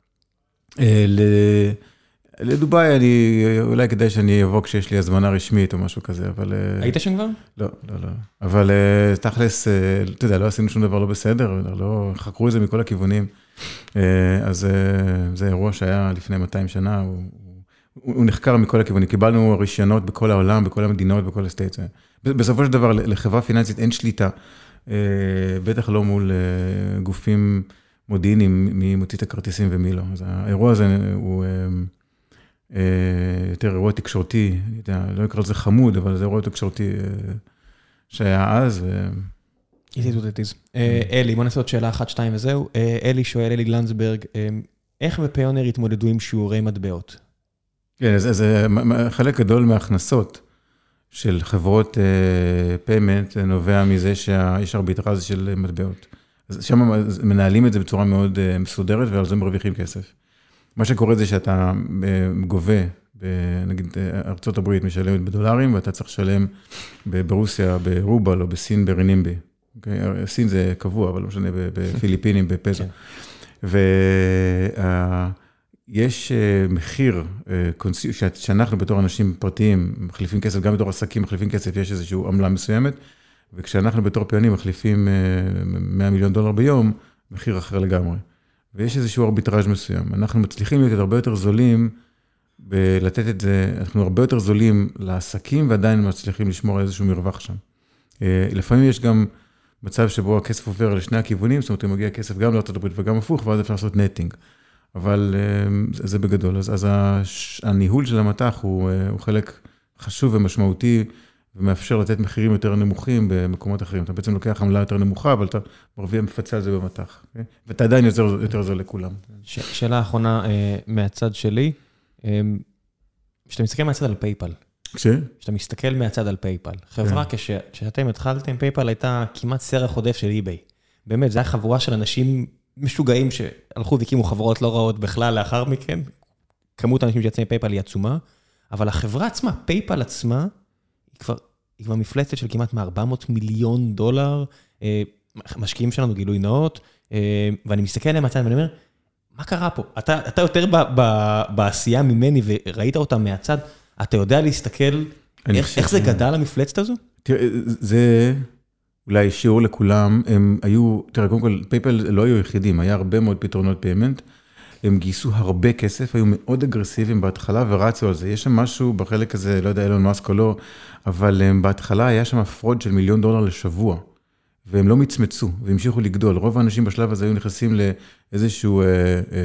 לדובאי, אני, אולי כדאי שאני אבוא כשיש לי הזמנה רשמית או משהו כזה, אבל... היית שם כבר? לא, לא, לא. אבל תכלס, אתה יודע, לא עשינו שום דבר לא בסדר, לא חקרו את זה מכל הכיוונים. אז זה אירוע שהיה לפני מאתיים שנה, הוא, הוא נחקר מכל הכיוונים. קיבלנו רישיונות בכל העולם, בכל המדינות, בכל הסטייטס. בסופו של דבר, לחברה פיננסית אין שליטה, בטח לא מול גופים מודיעיניים, מי מוציא את הכרטיסים ומי לא. אז האירוע הזה הוא... יותר אירוע תקשורתי, אני יודע, לא אקרא לזה חמוד, אבל זה אירוע תקשורתי שהיה אז. It is what it is. אלי, בוא נעשה עוד שאלה אחת, שתיים וזהו. אלי שואל, אלי גלנצברג, איך בפיונר התמודדו עם שיעורי מטבעות? כן, זה חלק גדול מההכנסות של חברות פיימנט, נובע מזה שיש ארביטראז של מטבעות. שם מנהלים את זה בצורה מאוד מסודרת, ועל זה מרוויחים כסף. מה שקורה זה שאתה גובה, נגיד ארצות הברית משלמת בדולרים, ואתה צריך לשלם ברוסיה, ברובל או בסין ברנימבי. סין זה קבוע, אבל לא משנה, בפיליפינים, בפזו. ויש מחיר, שאנחנו בתור אנשים פרטיים מחליפים כסף, גם בתור עסקים מחליפים כסף, יש איזושהי עמלה מסוימת, וכשאנחנו בתור פיונים מחליפים מאה מיליון דולר ביום, מחיר אחר לגמרי. ויש איזשהו ארביטראז' מסוים. אנחנו מצליחים להיות הרבה יותר זולים, ולתת את זה, אנחנו הרבה יותר זולים לעסקים, ועדיין מצליחים לשמור על איזשהו מרווח שם. לפעמים יש גם מצב שבו הכסף עובר לשני הכיוונים, זאת אומרת, הוא מגיע כסף גם לארצות הברית וגם הפוך, ואז אפשר לעשות נטינג. אבל זה בגדול. אז, אז הניהול של המתח הוא, הוא חלק חשוב ומשמעותי, ומאפשר לתת מחירים יותר נמוכים במקומות אחרים. אתה בעצם לוקח עמלה יותר נמוכה, אבל אתה מרוויח מפצה על זה במתח. ואתה עדיין יותר, יותר זול לכולם. ש- שאלה האחרונה מהצד שלי, כשאתה מסתכל מהצד על פייפל, כש? כשאתה מסתכל מהצד על פייפל, חברה כש- כשאתם התחלתם, פייפל הייתה כמעט סרח עודף של אי-ביי. באמת, זו הייתה חבורה של אנשים משוגעים שהלכו והקימו חברות לא רעות בכלל לאחר מכן. כמות האנשים שיצאים מפייפל היא עצומה, אבל החברה עצמה, פייפל עצמה, היא כבר, היא כבר מפלצת של כמעט מ-ארבע מאות מיליון דולר, משקיעים שלנו גילוי נאות, ואני מסתכל עליהם מהצד ואני אומר, מה קרה פה? אתה, אתה יותר ב, ב, בעשייה ממני וראית אותם מהצד, אתה יודע להסתכל, איך, איך זה גדל המפלצת הזו? תראה, זה אולי שיעור לכולם, הם היו, תראה, קודם כל, פייפל לא היו יחידים, היה הרבה מאוד פתרונות פיימנט, הם גייסו הרבה כסף, היו מאוד אגרסיביים בהתחלה ורצו על זה. יש שם משהו בחלק הזה, לא יודע, אילון מאסק או לא, אבל בהתחלה היה שם פרוד של מיליון דולר לשבוע, והם לא מצמצו, והמשיכו לגדול. רוב האנשים בשלב הזה היו נכנסים לאיזשהו אה,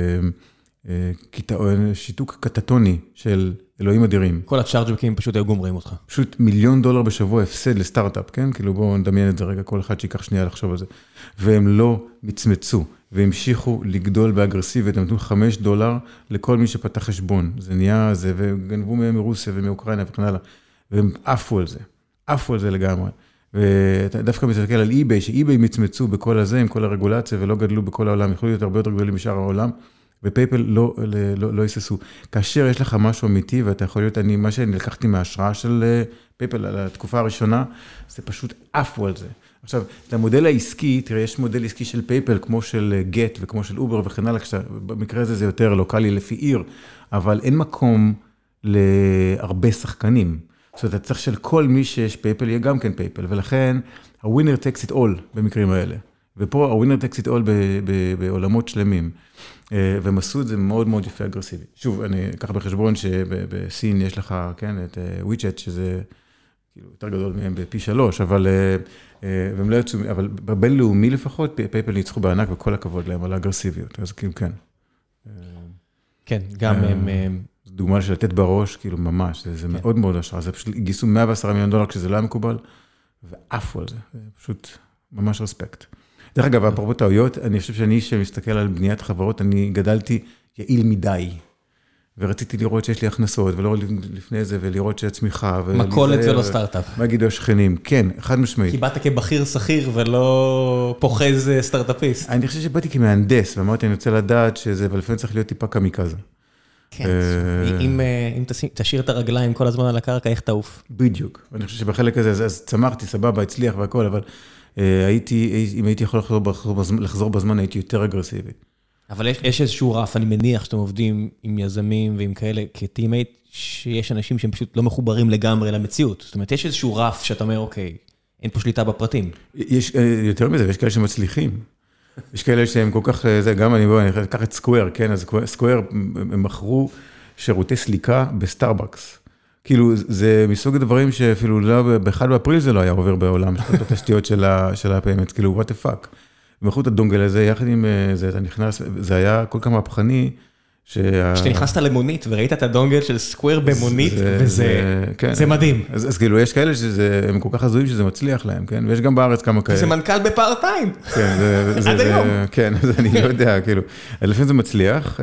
אה, אה, שיתוק קטטוני של אלוהים אדירים. כל הצ'ארג'בקים פשוט היו גומרים אותך. פשוט מיליון דולר בשבוע הפסד לסטארט-אפ, כן? כאילו בואו נדמיין את זה רגע, כל אחד שיקח שנייה לחשוב על זה. והם לא מצמצו. והמשיכו לגדול באגרסיבית, הם נתנו חמש דולר לכל מי שפתח חשבון. זה נהיה זה, וגנבו מהם מרוסיה ומאוקראינה וכן הלאה. והם עפו על זה, עפו על זה לגמרי. ואתה דווקא מסתכל על אי-ביי, שאי-ביי מצמצו בכל הזה, עם כל הרגולציה, ולא גדלו בכל העולם, יכולו להיות הרבה יותר גדולים משאר העולם, ופייפל לא, לא, לא יססו. כאשר יש לך משהו אמיתי, ואתה יכול להיות, אני, מה שאני לקחתי מההשראה של פייפל על התקופה הראשונה, זה פשוט עפו על זה. עכשיו, את המודל העסקי, תראה, יש מודל עסקי של פייפל, כמו של גט וכמו של אובר וכן הלאה, במקרה הזה זה יותר לוקלי לפי עיר, אבל אין מקום להרבה שחקנים. זאת אומרת, אתה צריך של כל מי שיש פייפל, יהיה גם כן פייפל, ולכן, ה-winner takes it all במקרים האלה. ופה ה-winner takes it all בעולמות שלמים. והם עשו את זה מאוד מאוד יפה אגרסיבי. שוב, אני אקח בחשבון שבסין יש לך, כן, את וויצ'ט, שזה כאילו יותר גדול מהם בפי שלוש, אבל והם לא יצאו, אבל בבינלאומי לפחות, פייפל ניצחו בענק, וכל הכבוד להם על האגרסיביות. אז כאילו, כן. כן, גם הם... זו דוגמה של לתת בראש, כאילו ממש, זה מאוד מאוד השראה. זה פשוט גיסו מאה ועשרה מיליון דולר כשזה לא היה מקובל, ועפו על זה. זה פשוט ממש רספקט. דרך אגב, אפרופו טעויות, אני חושב שאני שמסתכל על בניית חברות, אני גדלתי יעיל מדי. ורציתי לראות שיש לי הכנסות, ולא לפני זה, ולראות שהצמיחה. מקולת ולא סטארט-אפ. מה יגידו השכנים? כן, חד משמעית. כי באת כבכיר שכיר ולא פוחז סטארט-אפיסט. אני חושב שבאתי כמהנדס, ואמרתי, אני רוצה לדעת שזה, אבל לפעמים צריך להיות טיפה קמיקזה. כן, אם תשאיר את הרגליים כל הזמן על הקרקע, איך תעוף? בדיוק. ואני חושב שבחלק הזה, אז צמחתי, סבבה, הצליח והכל, אבל הייתי, אם הייתי יכול לחזור בזמן, הייתי יותר אגרסיבי. אבל יש איזשהו רף, אני מניח שאתם עובדים עם יזמים ועם כאלה כטימייט, שיש אנשים שהם פשוט לא מחוברים לגמרי למציאות. זאת אומרת, יש איזשהו רף שאתה אומר, אוקיי, אין פה שליטה בפרטים. יש יותר מזה, ויש כאלה שמצליחים. יש כאלה שהם כל כך, זה גם אני בוא, אני אקח את סקוואר, כן, אז סקוואר, הם מכרו שירותי סליקה בסטארבקס. כאילו, זה מסוג הדברים שאפילו לא, באחד באפריל זה לא היה עובר בעולם, בתשתיות של הפיימנט, כאילו, what the fuck. הם מכרו את הדונגל הזה, יחד עם זה, אתה נכנס, זה היה כל כך מהפכני, שאתה נכנסת למונית וראית את הדונגל של סקוואר במונית, וזה מדהים. אז כאילו, יש כאלה שהם כל כך הזויים שזה מצליח להם, כן? ויש גם בארץ כמה כאלה. זה מנכ"ל בפארט-טיים. עד היום. כן, אז אני לא יודע, כאילו. לפעמים זה מצליח.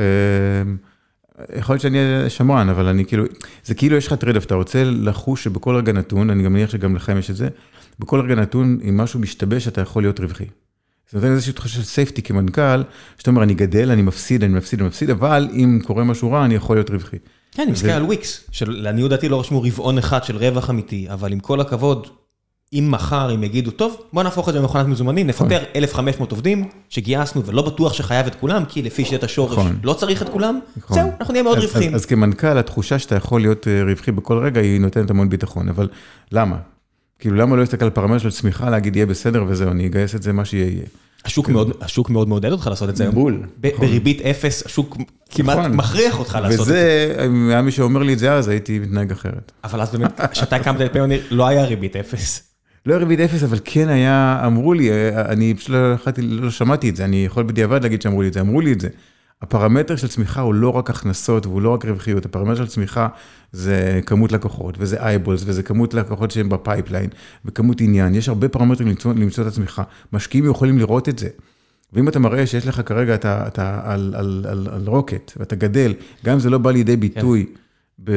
יכול להיות שאני שמרן, אבל אני כאילו, זה כאילו יש לך טרייד-אוף, אתה רוצה לחוש שבכל רגע נתון, אני גם מניח שגם לכם יש את זה, בכל רגע נתון, אם משהו משתבש, אתה יכול להיות רווחי. זה נותן איזושהי תחושה של סייפטי כמנכ"ל, שאתה אומר, אני גדל, אני מפסיד, אני מפסיד, אני מפסיד, אבל אם קורה משהו רע, אני יכול להיות רווחי. כן, אני מסתכל על וויקס, שלעניות דעתי לא רשמו רבעון אחד של רווח אמיתי, אבל עם כל הכבוד, אם מחר הם יגידו, טוב, בוא נהפוך את זה למכונת מזומנים, נפטר אלף וחמש מאות עובדים שגייסנו, ולא בטוח שחייב את כולם, כי לפי שיטת השורש לא צריך את כולם, זהו, אנחנו נהיה מאוד רווחים. אז כמנכ"ל, התחושה שאתה יכול להיות רווחי בכל רגע, היא נותנת המון ביטחון, אבל למה? כאילו, למה לא להסתכל על פרמטר של צמיחה, להגיד, יהיה בסדר וזהו, אני אגייס את זה, מה שיהיה. השוק מאוד, השוק מאוד מעודד אותך לעשות את זה. בול. בריבית אפס, השוק כמעט מכריח אותך לעשות את זה. וזה, אם היה מי שאומר לי את זה אז, הייתי מתנהג אחרת. אבל אז באמת, כשאתה הקמת את פיוניר, לא היה ריבית אפס. לא היה ריבית אפס, אבל כן היה, אמרו לי, אני פשוט לא שמעתי את זה, אני יכול בדיעבד להגיד שאמרו לי את זה, אמרו לי את זה. הפרמטר של צמיחה הוא לא רק הכנסות, והוא לא רק רווחיות, הפרמטר של צמיחה זה כמות לקוחות, וזה אייבולס, וזה כמות לקוחות שהם בפייפליין, וכמות עניין. יש הרבה פרמטרים למצוא, למצוא את הצמיחה. משקיעים יכולים לראות את זה. ואם אתה מראה שיש לך כרגע, אתה, אתה על, על, על, על רוקט, ואתה גדל, גם אם זה לא בא לידי ביטוי, כן.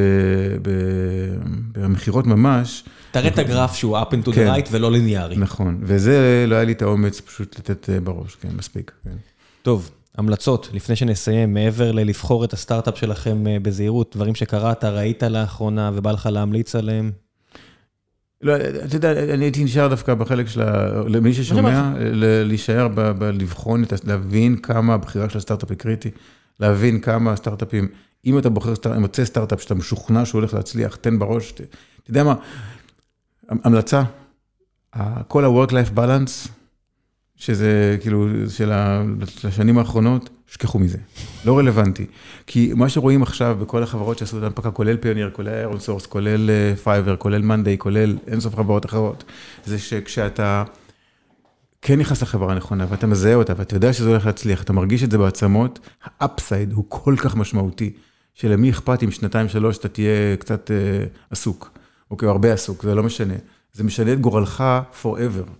במחירות ממש. תראה את הגרף שהוא up and to the right ולא ליניארי. נכון, וזה לא היה לי את האומץ פשוט לתת בראש, כן, מספיק. כן. טוב. המלצות, לפני שנסיים, מעבר ללבחור את הסטארט-אפ שלכם בזהירות, דברים שקראת, ראית לאחרונה ובא לך להמליץ עליהם? לא, אתה יודע, אני הייתי נשאר דווקא בחלק של, למי ששומע, להישאר בלבחון, להבין כמה הבחירה של הסטארט-אפ היא קריטי, להבין כמה הסטארט-אפים, אם אתה בוחר, מוצא סטארט-אפ שאתה משוכנע שהוא הולך להצליח, תן בראש, אתה יודע מה, המלצה, כל ה-work-life balance, שזה כאילו של השנים האחרונות, שכחו מזה, לא רלוונטי. כי מה שרואים עכשיו בכל החברות שעשו את ההנפקה, כולל פיוניר, כולל איירון סורס, כולל פייבר, כולל מנדי, כולל אינסוף חברות אחרות, זה שכשאתה כן נכנס לחברה הנכונה, ואתה מזהה אותה, ואתה יודע שזה הולך להצליח, אתה מרגיש את זה בעצמות, האפסייד הוא כל כך משמעותי, שלמי אכפת אם שנתיים שלוש אתה תהיה קצת אה, עסוק, אוקיי, הרבה עסוק, זה לא משנה. זה משנה את גורלך forever.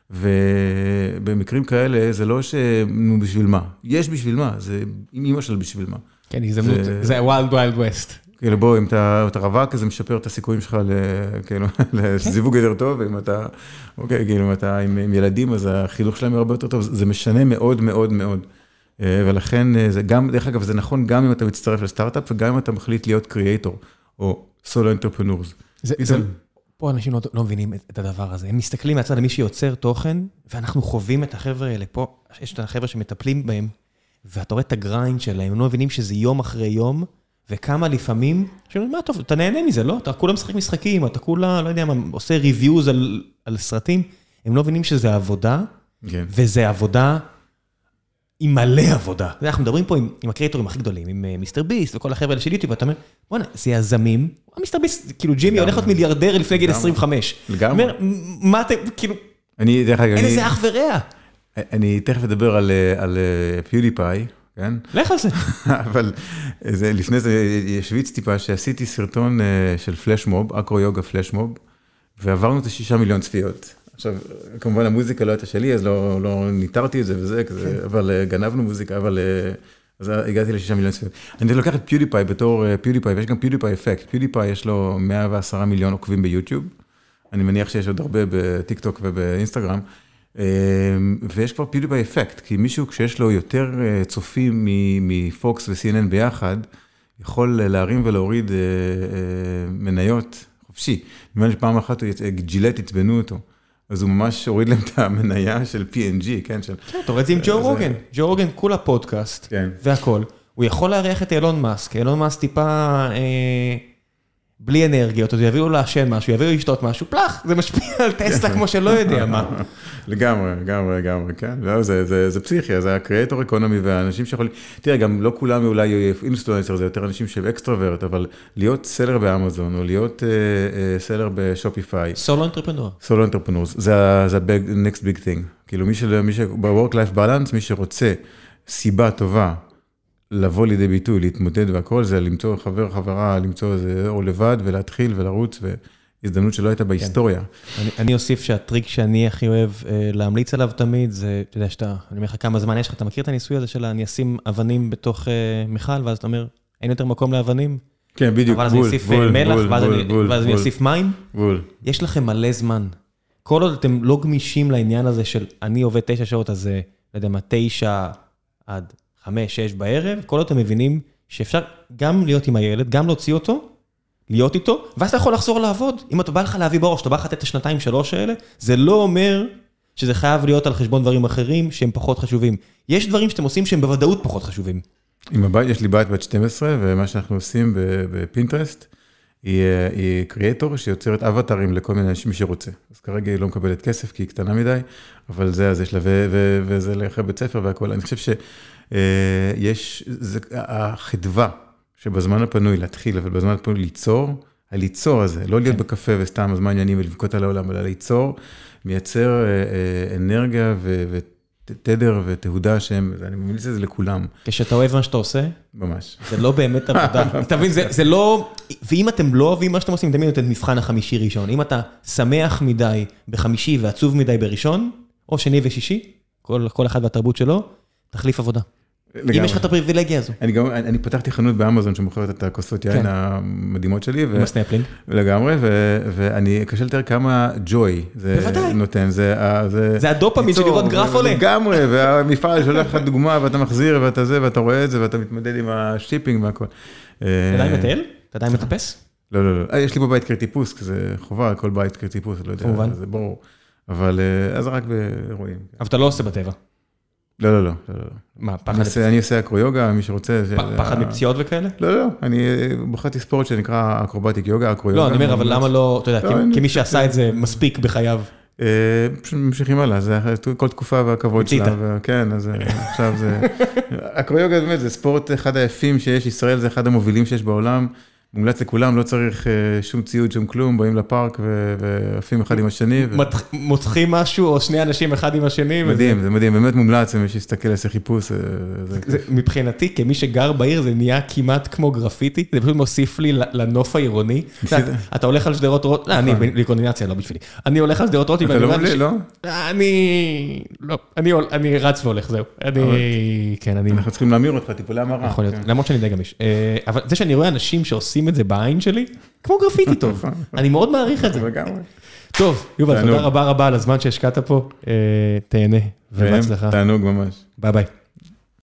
ובמקרים כאלה, זה לא שנו בשביל מה. יש בשביל מה, זה עם אמא של בשביל מה. כן, הזדמנות, זה ה-Wild Wild West. כאילו בוא, אם אתה רווק, זה משפר את הסיכויים שלך לזיווג יותר טוב, ואם אתה, אוקיי, כאילו, אם אתה עם ילדים, אז החינוך שלהם הרבה יותר טוב, זה משנה מאוד מאוד מאוד. ולכן, זה גם, דרך אגב, זה נכון גם אם אתה מצטרף לסטארט-אפ, וגם אם אתה מחליט להיות קריאטור, או סולו אנטרפרנורס. זה... פה אנשים לא, לא מבינים את הדבר הזה. הם מסתכלים מהצד למי שיוצר תוכן, ואנחנו חווים את החבר'ה האלה פה, יש את החבר'ה שמטפלים בהם, ואתה רואה את הגריינד שלהם, הם לא מבינים שזה יום אחרי יום, וכמה לפעמים, שאומרים, מה טוב, אתה נהנה מזה, לא? אתה כולה משחק משחקים, אתה כולה, לא יודע מה, עושה ריוויוז על, על סרטים, הם לא מבינים שזה עבודה, כן. וזה עבודה עם מלא עבודה. אנחנו מדברים פה עם, עם הקריאטורים הכי גדולים, עם מיסטר ביסט וכל החבר'ה של יוטיוב, ואתה אומר, בוא'נה, זה יזמים, מיסטר ביסט, כאילו ג'ימי הולך להיות מיליארדר לפני גיל עשרים וחמש. לגמרי. אומר, מה אתם, כאילו, אני, דרך אגב, אין איזה אח ורע. אני תכף אדבר על, על פיודיפיי, כן? לך על זה. אבל זה, לפני זה ישוויץ טיפה שעשיתי סרטון של פלשמוב, אקרו יוגה פלשמוב, ועברנו את השישה מיליון צפיות. עכשיו, כמובן המוזיקה לא הייתה שלי, אז לא, לא ניתרתי את זה וזה, כזה, אבל גנבנו מוזיקה, אבל אז הגעתי לשישה מיליון צפיות. אני לוקח את פיודיפיי בתור פיודיפיי, ויש גם פיודיפיי אפקט. פיודיפיי יש לו מאה ועשרה מיליון עוקבים ביוטיוב. אני מניח שיש עוד הרבה בטיקטוק ובאינסטגרם. ויש כבר פיודיפיי אפקט, כי מישהו כשיש לו יותר צופים מפוקס ו-סי אן אן ביחד, יכול להרים ולהוריד מניות חופשי. אני אומר שפעם אחת ג'ילט הצבנו אותו. אז הוא ממש הוריד להם את המניה של פי אן ג'י, כן? כן, אתה רואה את זה עם ג'ו רוגן. ג'ו רוגן כולה פודקאסט, והכל. הוא יכול להריח את אילון מאסק. אילון מאסק טיפה בלי אנרגיות, אז יביאו לעשן משהו, יביאו לשתות משהו, פלח, זה משפיע על טסלה כמו שלא יודע מה. לגמרי, לגמרי, לגמרי, כן. זה פסיכיה, זה הקריאטור אקונומי, והאנשים שיכולים, תראה, גם לא כולם אולי אינפלואנסר, זה יותר אנשים שהם אקסטרוורט, אבל להיות סלר באמזון, או להיות סלר בשופיפיי. סולו אנטרפרנור. סולו אנטרפרנור, זה ה-next big thing. כאילו, מי ב-work-life balance, מי שרוצה סיבה טובה, לבוא לידי ביטוי, להתמודד והכל, זה למצוא חבר, חברה, למצוא זה או לבד, ולהתחיל ולרוץ, והזדמנות שלא הייתה בהיסטוריה. אני, אני אוסיף שהטריק שאני הכי אוהב להמליץ עליו תמיד, זה, אתה יודע שאתה, אני אומר לך כמה זמן יש לך, אתה מכיר את הניסוי הזה של אני אשים אבנים בתוך מיכל, ואז אתה אומר, אין יותר מקום לאבנים? כן, בדיוק, אבל אז אני אוסיף מלח, ואז אני אוסיף מים. יש לכם מלא זמן. כל עוד אתם לא גמישים לעניין הזה של אני עובד תשע שעות, אז לא יודע מה, תשע עד חמש, שש בערב, כל עוד אתם מבינים שאפשר גם להיות עם הילד, גם להוציא אותו, להיות איתו, ואז אתה יכול לחזור לעבוד. אם אתה בא לך להביא בראש, אתה בא לך לתת את השנתיים שלוש האלה, זה לא אומר שזה חייב להיות על חשבון דברים אחרים שהם פחות חשובים. יש דברים שאתם עושים שהם בוודאות פחות חשובים. עם הבית, יש לי בית בת שתים עשרה, ומה שאנחנו עושים בפינטרסט, היא קריאטור שיוצרת אבטרים לכל מיני אנשים שרוצה. אז כרגע היא לא מקבלת כסף, כי היא קטנה מדי, אבל זה, אז יש לה, וזה לאחרי בית ספר והכל. אני חושב שיש, החדווה שבזמן הפנוי להתחיל, אבל בזמן הפנוי ליצור, הליצור הזה, לא להיות בקפה וסתם הזמן עניינים ולבכות על העולם, אלא ליצור, מייצר אנרגיה ותדר ותהודה שהם, אני ממליץ את זה לכולם. כשאתה אוהב מה שאתה עושה, ממש. זה לא באמת עבודה. אתה מבין, זה לא, ואם אתם לא אוהבים מה שאתם עושים, תמיד נותן מבחן החמישי ראשון. אם אתה שמח מדי בחמישי ועצוב מדי בראשון, או שני ושישי, כל אחד והתרבות שלו, תחליף עבודה. אם יש לך את הפריבילגיה הזו. אני גם, אני פתחתי חנות באמזון שמוכרת את הכוסות יין המדהימות שלי. עם הסנפלינג. לגמרי, ואני קשה לתאר כמה ג'וי זה נותן. זה הדופמין של לראות גרף עולה. לגמרי, והמפעל שולח לך דוגמה, ואתה מחזיר, ואתה זה, ואתה רואה את זה, ואתה מתמודד עם השיפינג והכל. אתה עדיין מטייל? אתה עדיין מטפס? לא, לא, לא. יש לי בבית קריטיפוס, זה חובה, כל בית קריטיפוס, לא יודע, זה ברור. אבל אז רק באירועים. אבל אתה לא עושה בטבע. לא, לא, לא, לא. מה, פחד? אני עושה אקרו-יוגה, מי שרוצה. פחד מפציעות וכאלה? לא, לא, אני בחרתי ספורט שנקרא אקרובטיק יוגה, אקרו-יוגה. לא, אני אומר, אבל למה לא, אתה יודע, כמי שעשה את זה מספיק בחייו. פשוט ממשיכים הלאה, זה כל תקופה והכבוד שלה. כן, אז עכשיו זה... אקרו-יוגה באמת, זה ספורט אחד היפים שיש, ישראל זה אחד המובילים שיש בעולם. מומלץ לכולם, לא צריך שום ציוד, שום כלום, באים לפארק ועפים אחד עם השני. מותחים משהו, או שני אנשים אחד עם השני. מדהים, זה מדהים, באמת מומלץ, ומי שיסתכל לעשה חיפוש. מבחינתי, כמי שגר בעיר, זה נהיה כמעט כמו גרפיטי, זה פשוט מוסיף לי לנוף העירוני. אתה הולך על שדרות רוט, לא, אני בקונדינציה, לא בשבילי. אני הולך על שדרות רוט, אתה לא מולי, לא? אני, לא, אני רץ והולך, זהו. אני, כן, אני... אנחנו צריכים להמיר אותך, טיפולי המרה. יכול להיות, למרות שאני די גמיש. אבל זה שאני רואה אנשים שעושים את זה בעין שלי, כמו גרפיטי טוב. אני מאוד מעריך את זה. טוב, יובל, תודה רבה רבה על הזמן שהשקעת פה. תהנה. תענוג ממש. ביי ביי.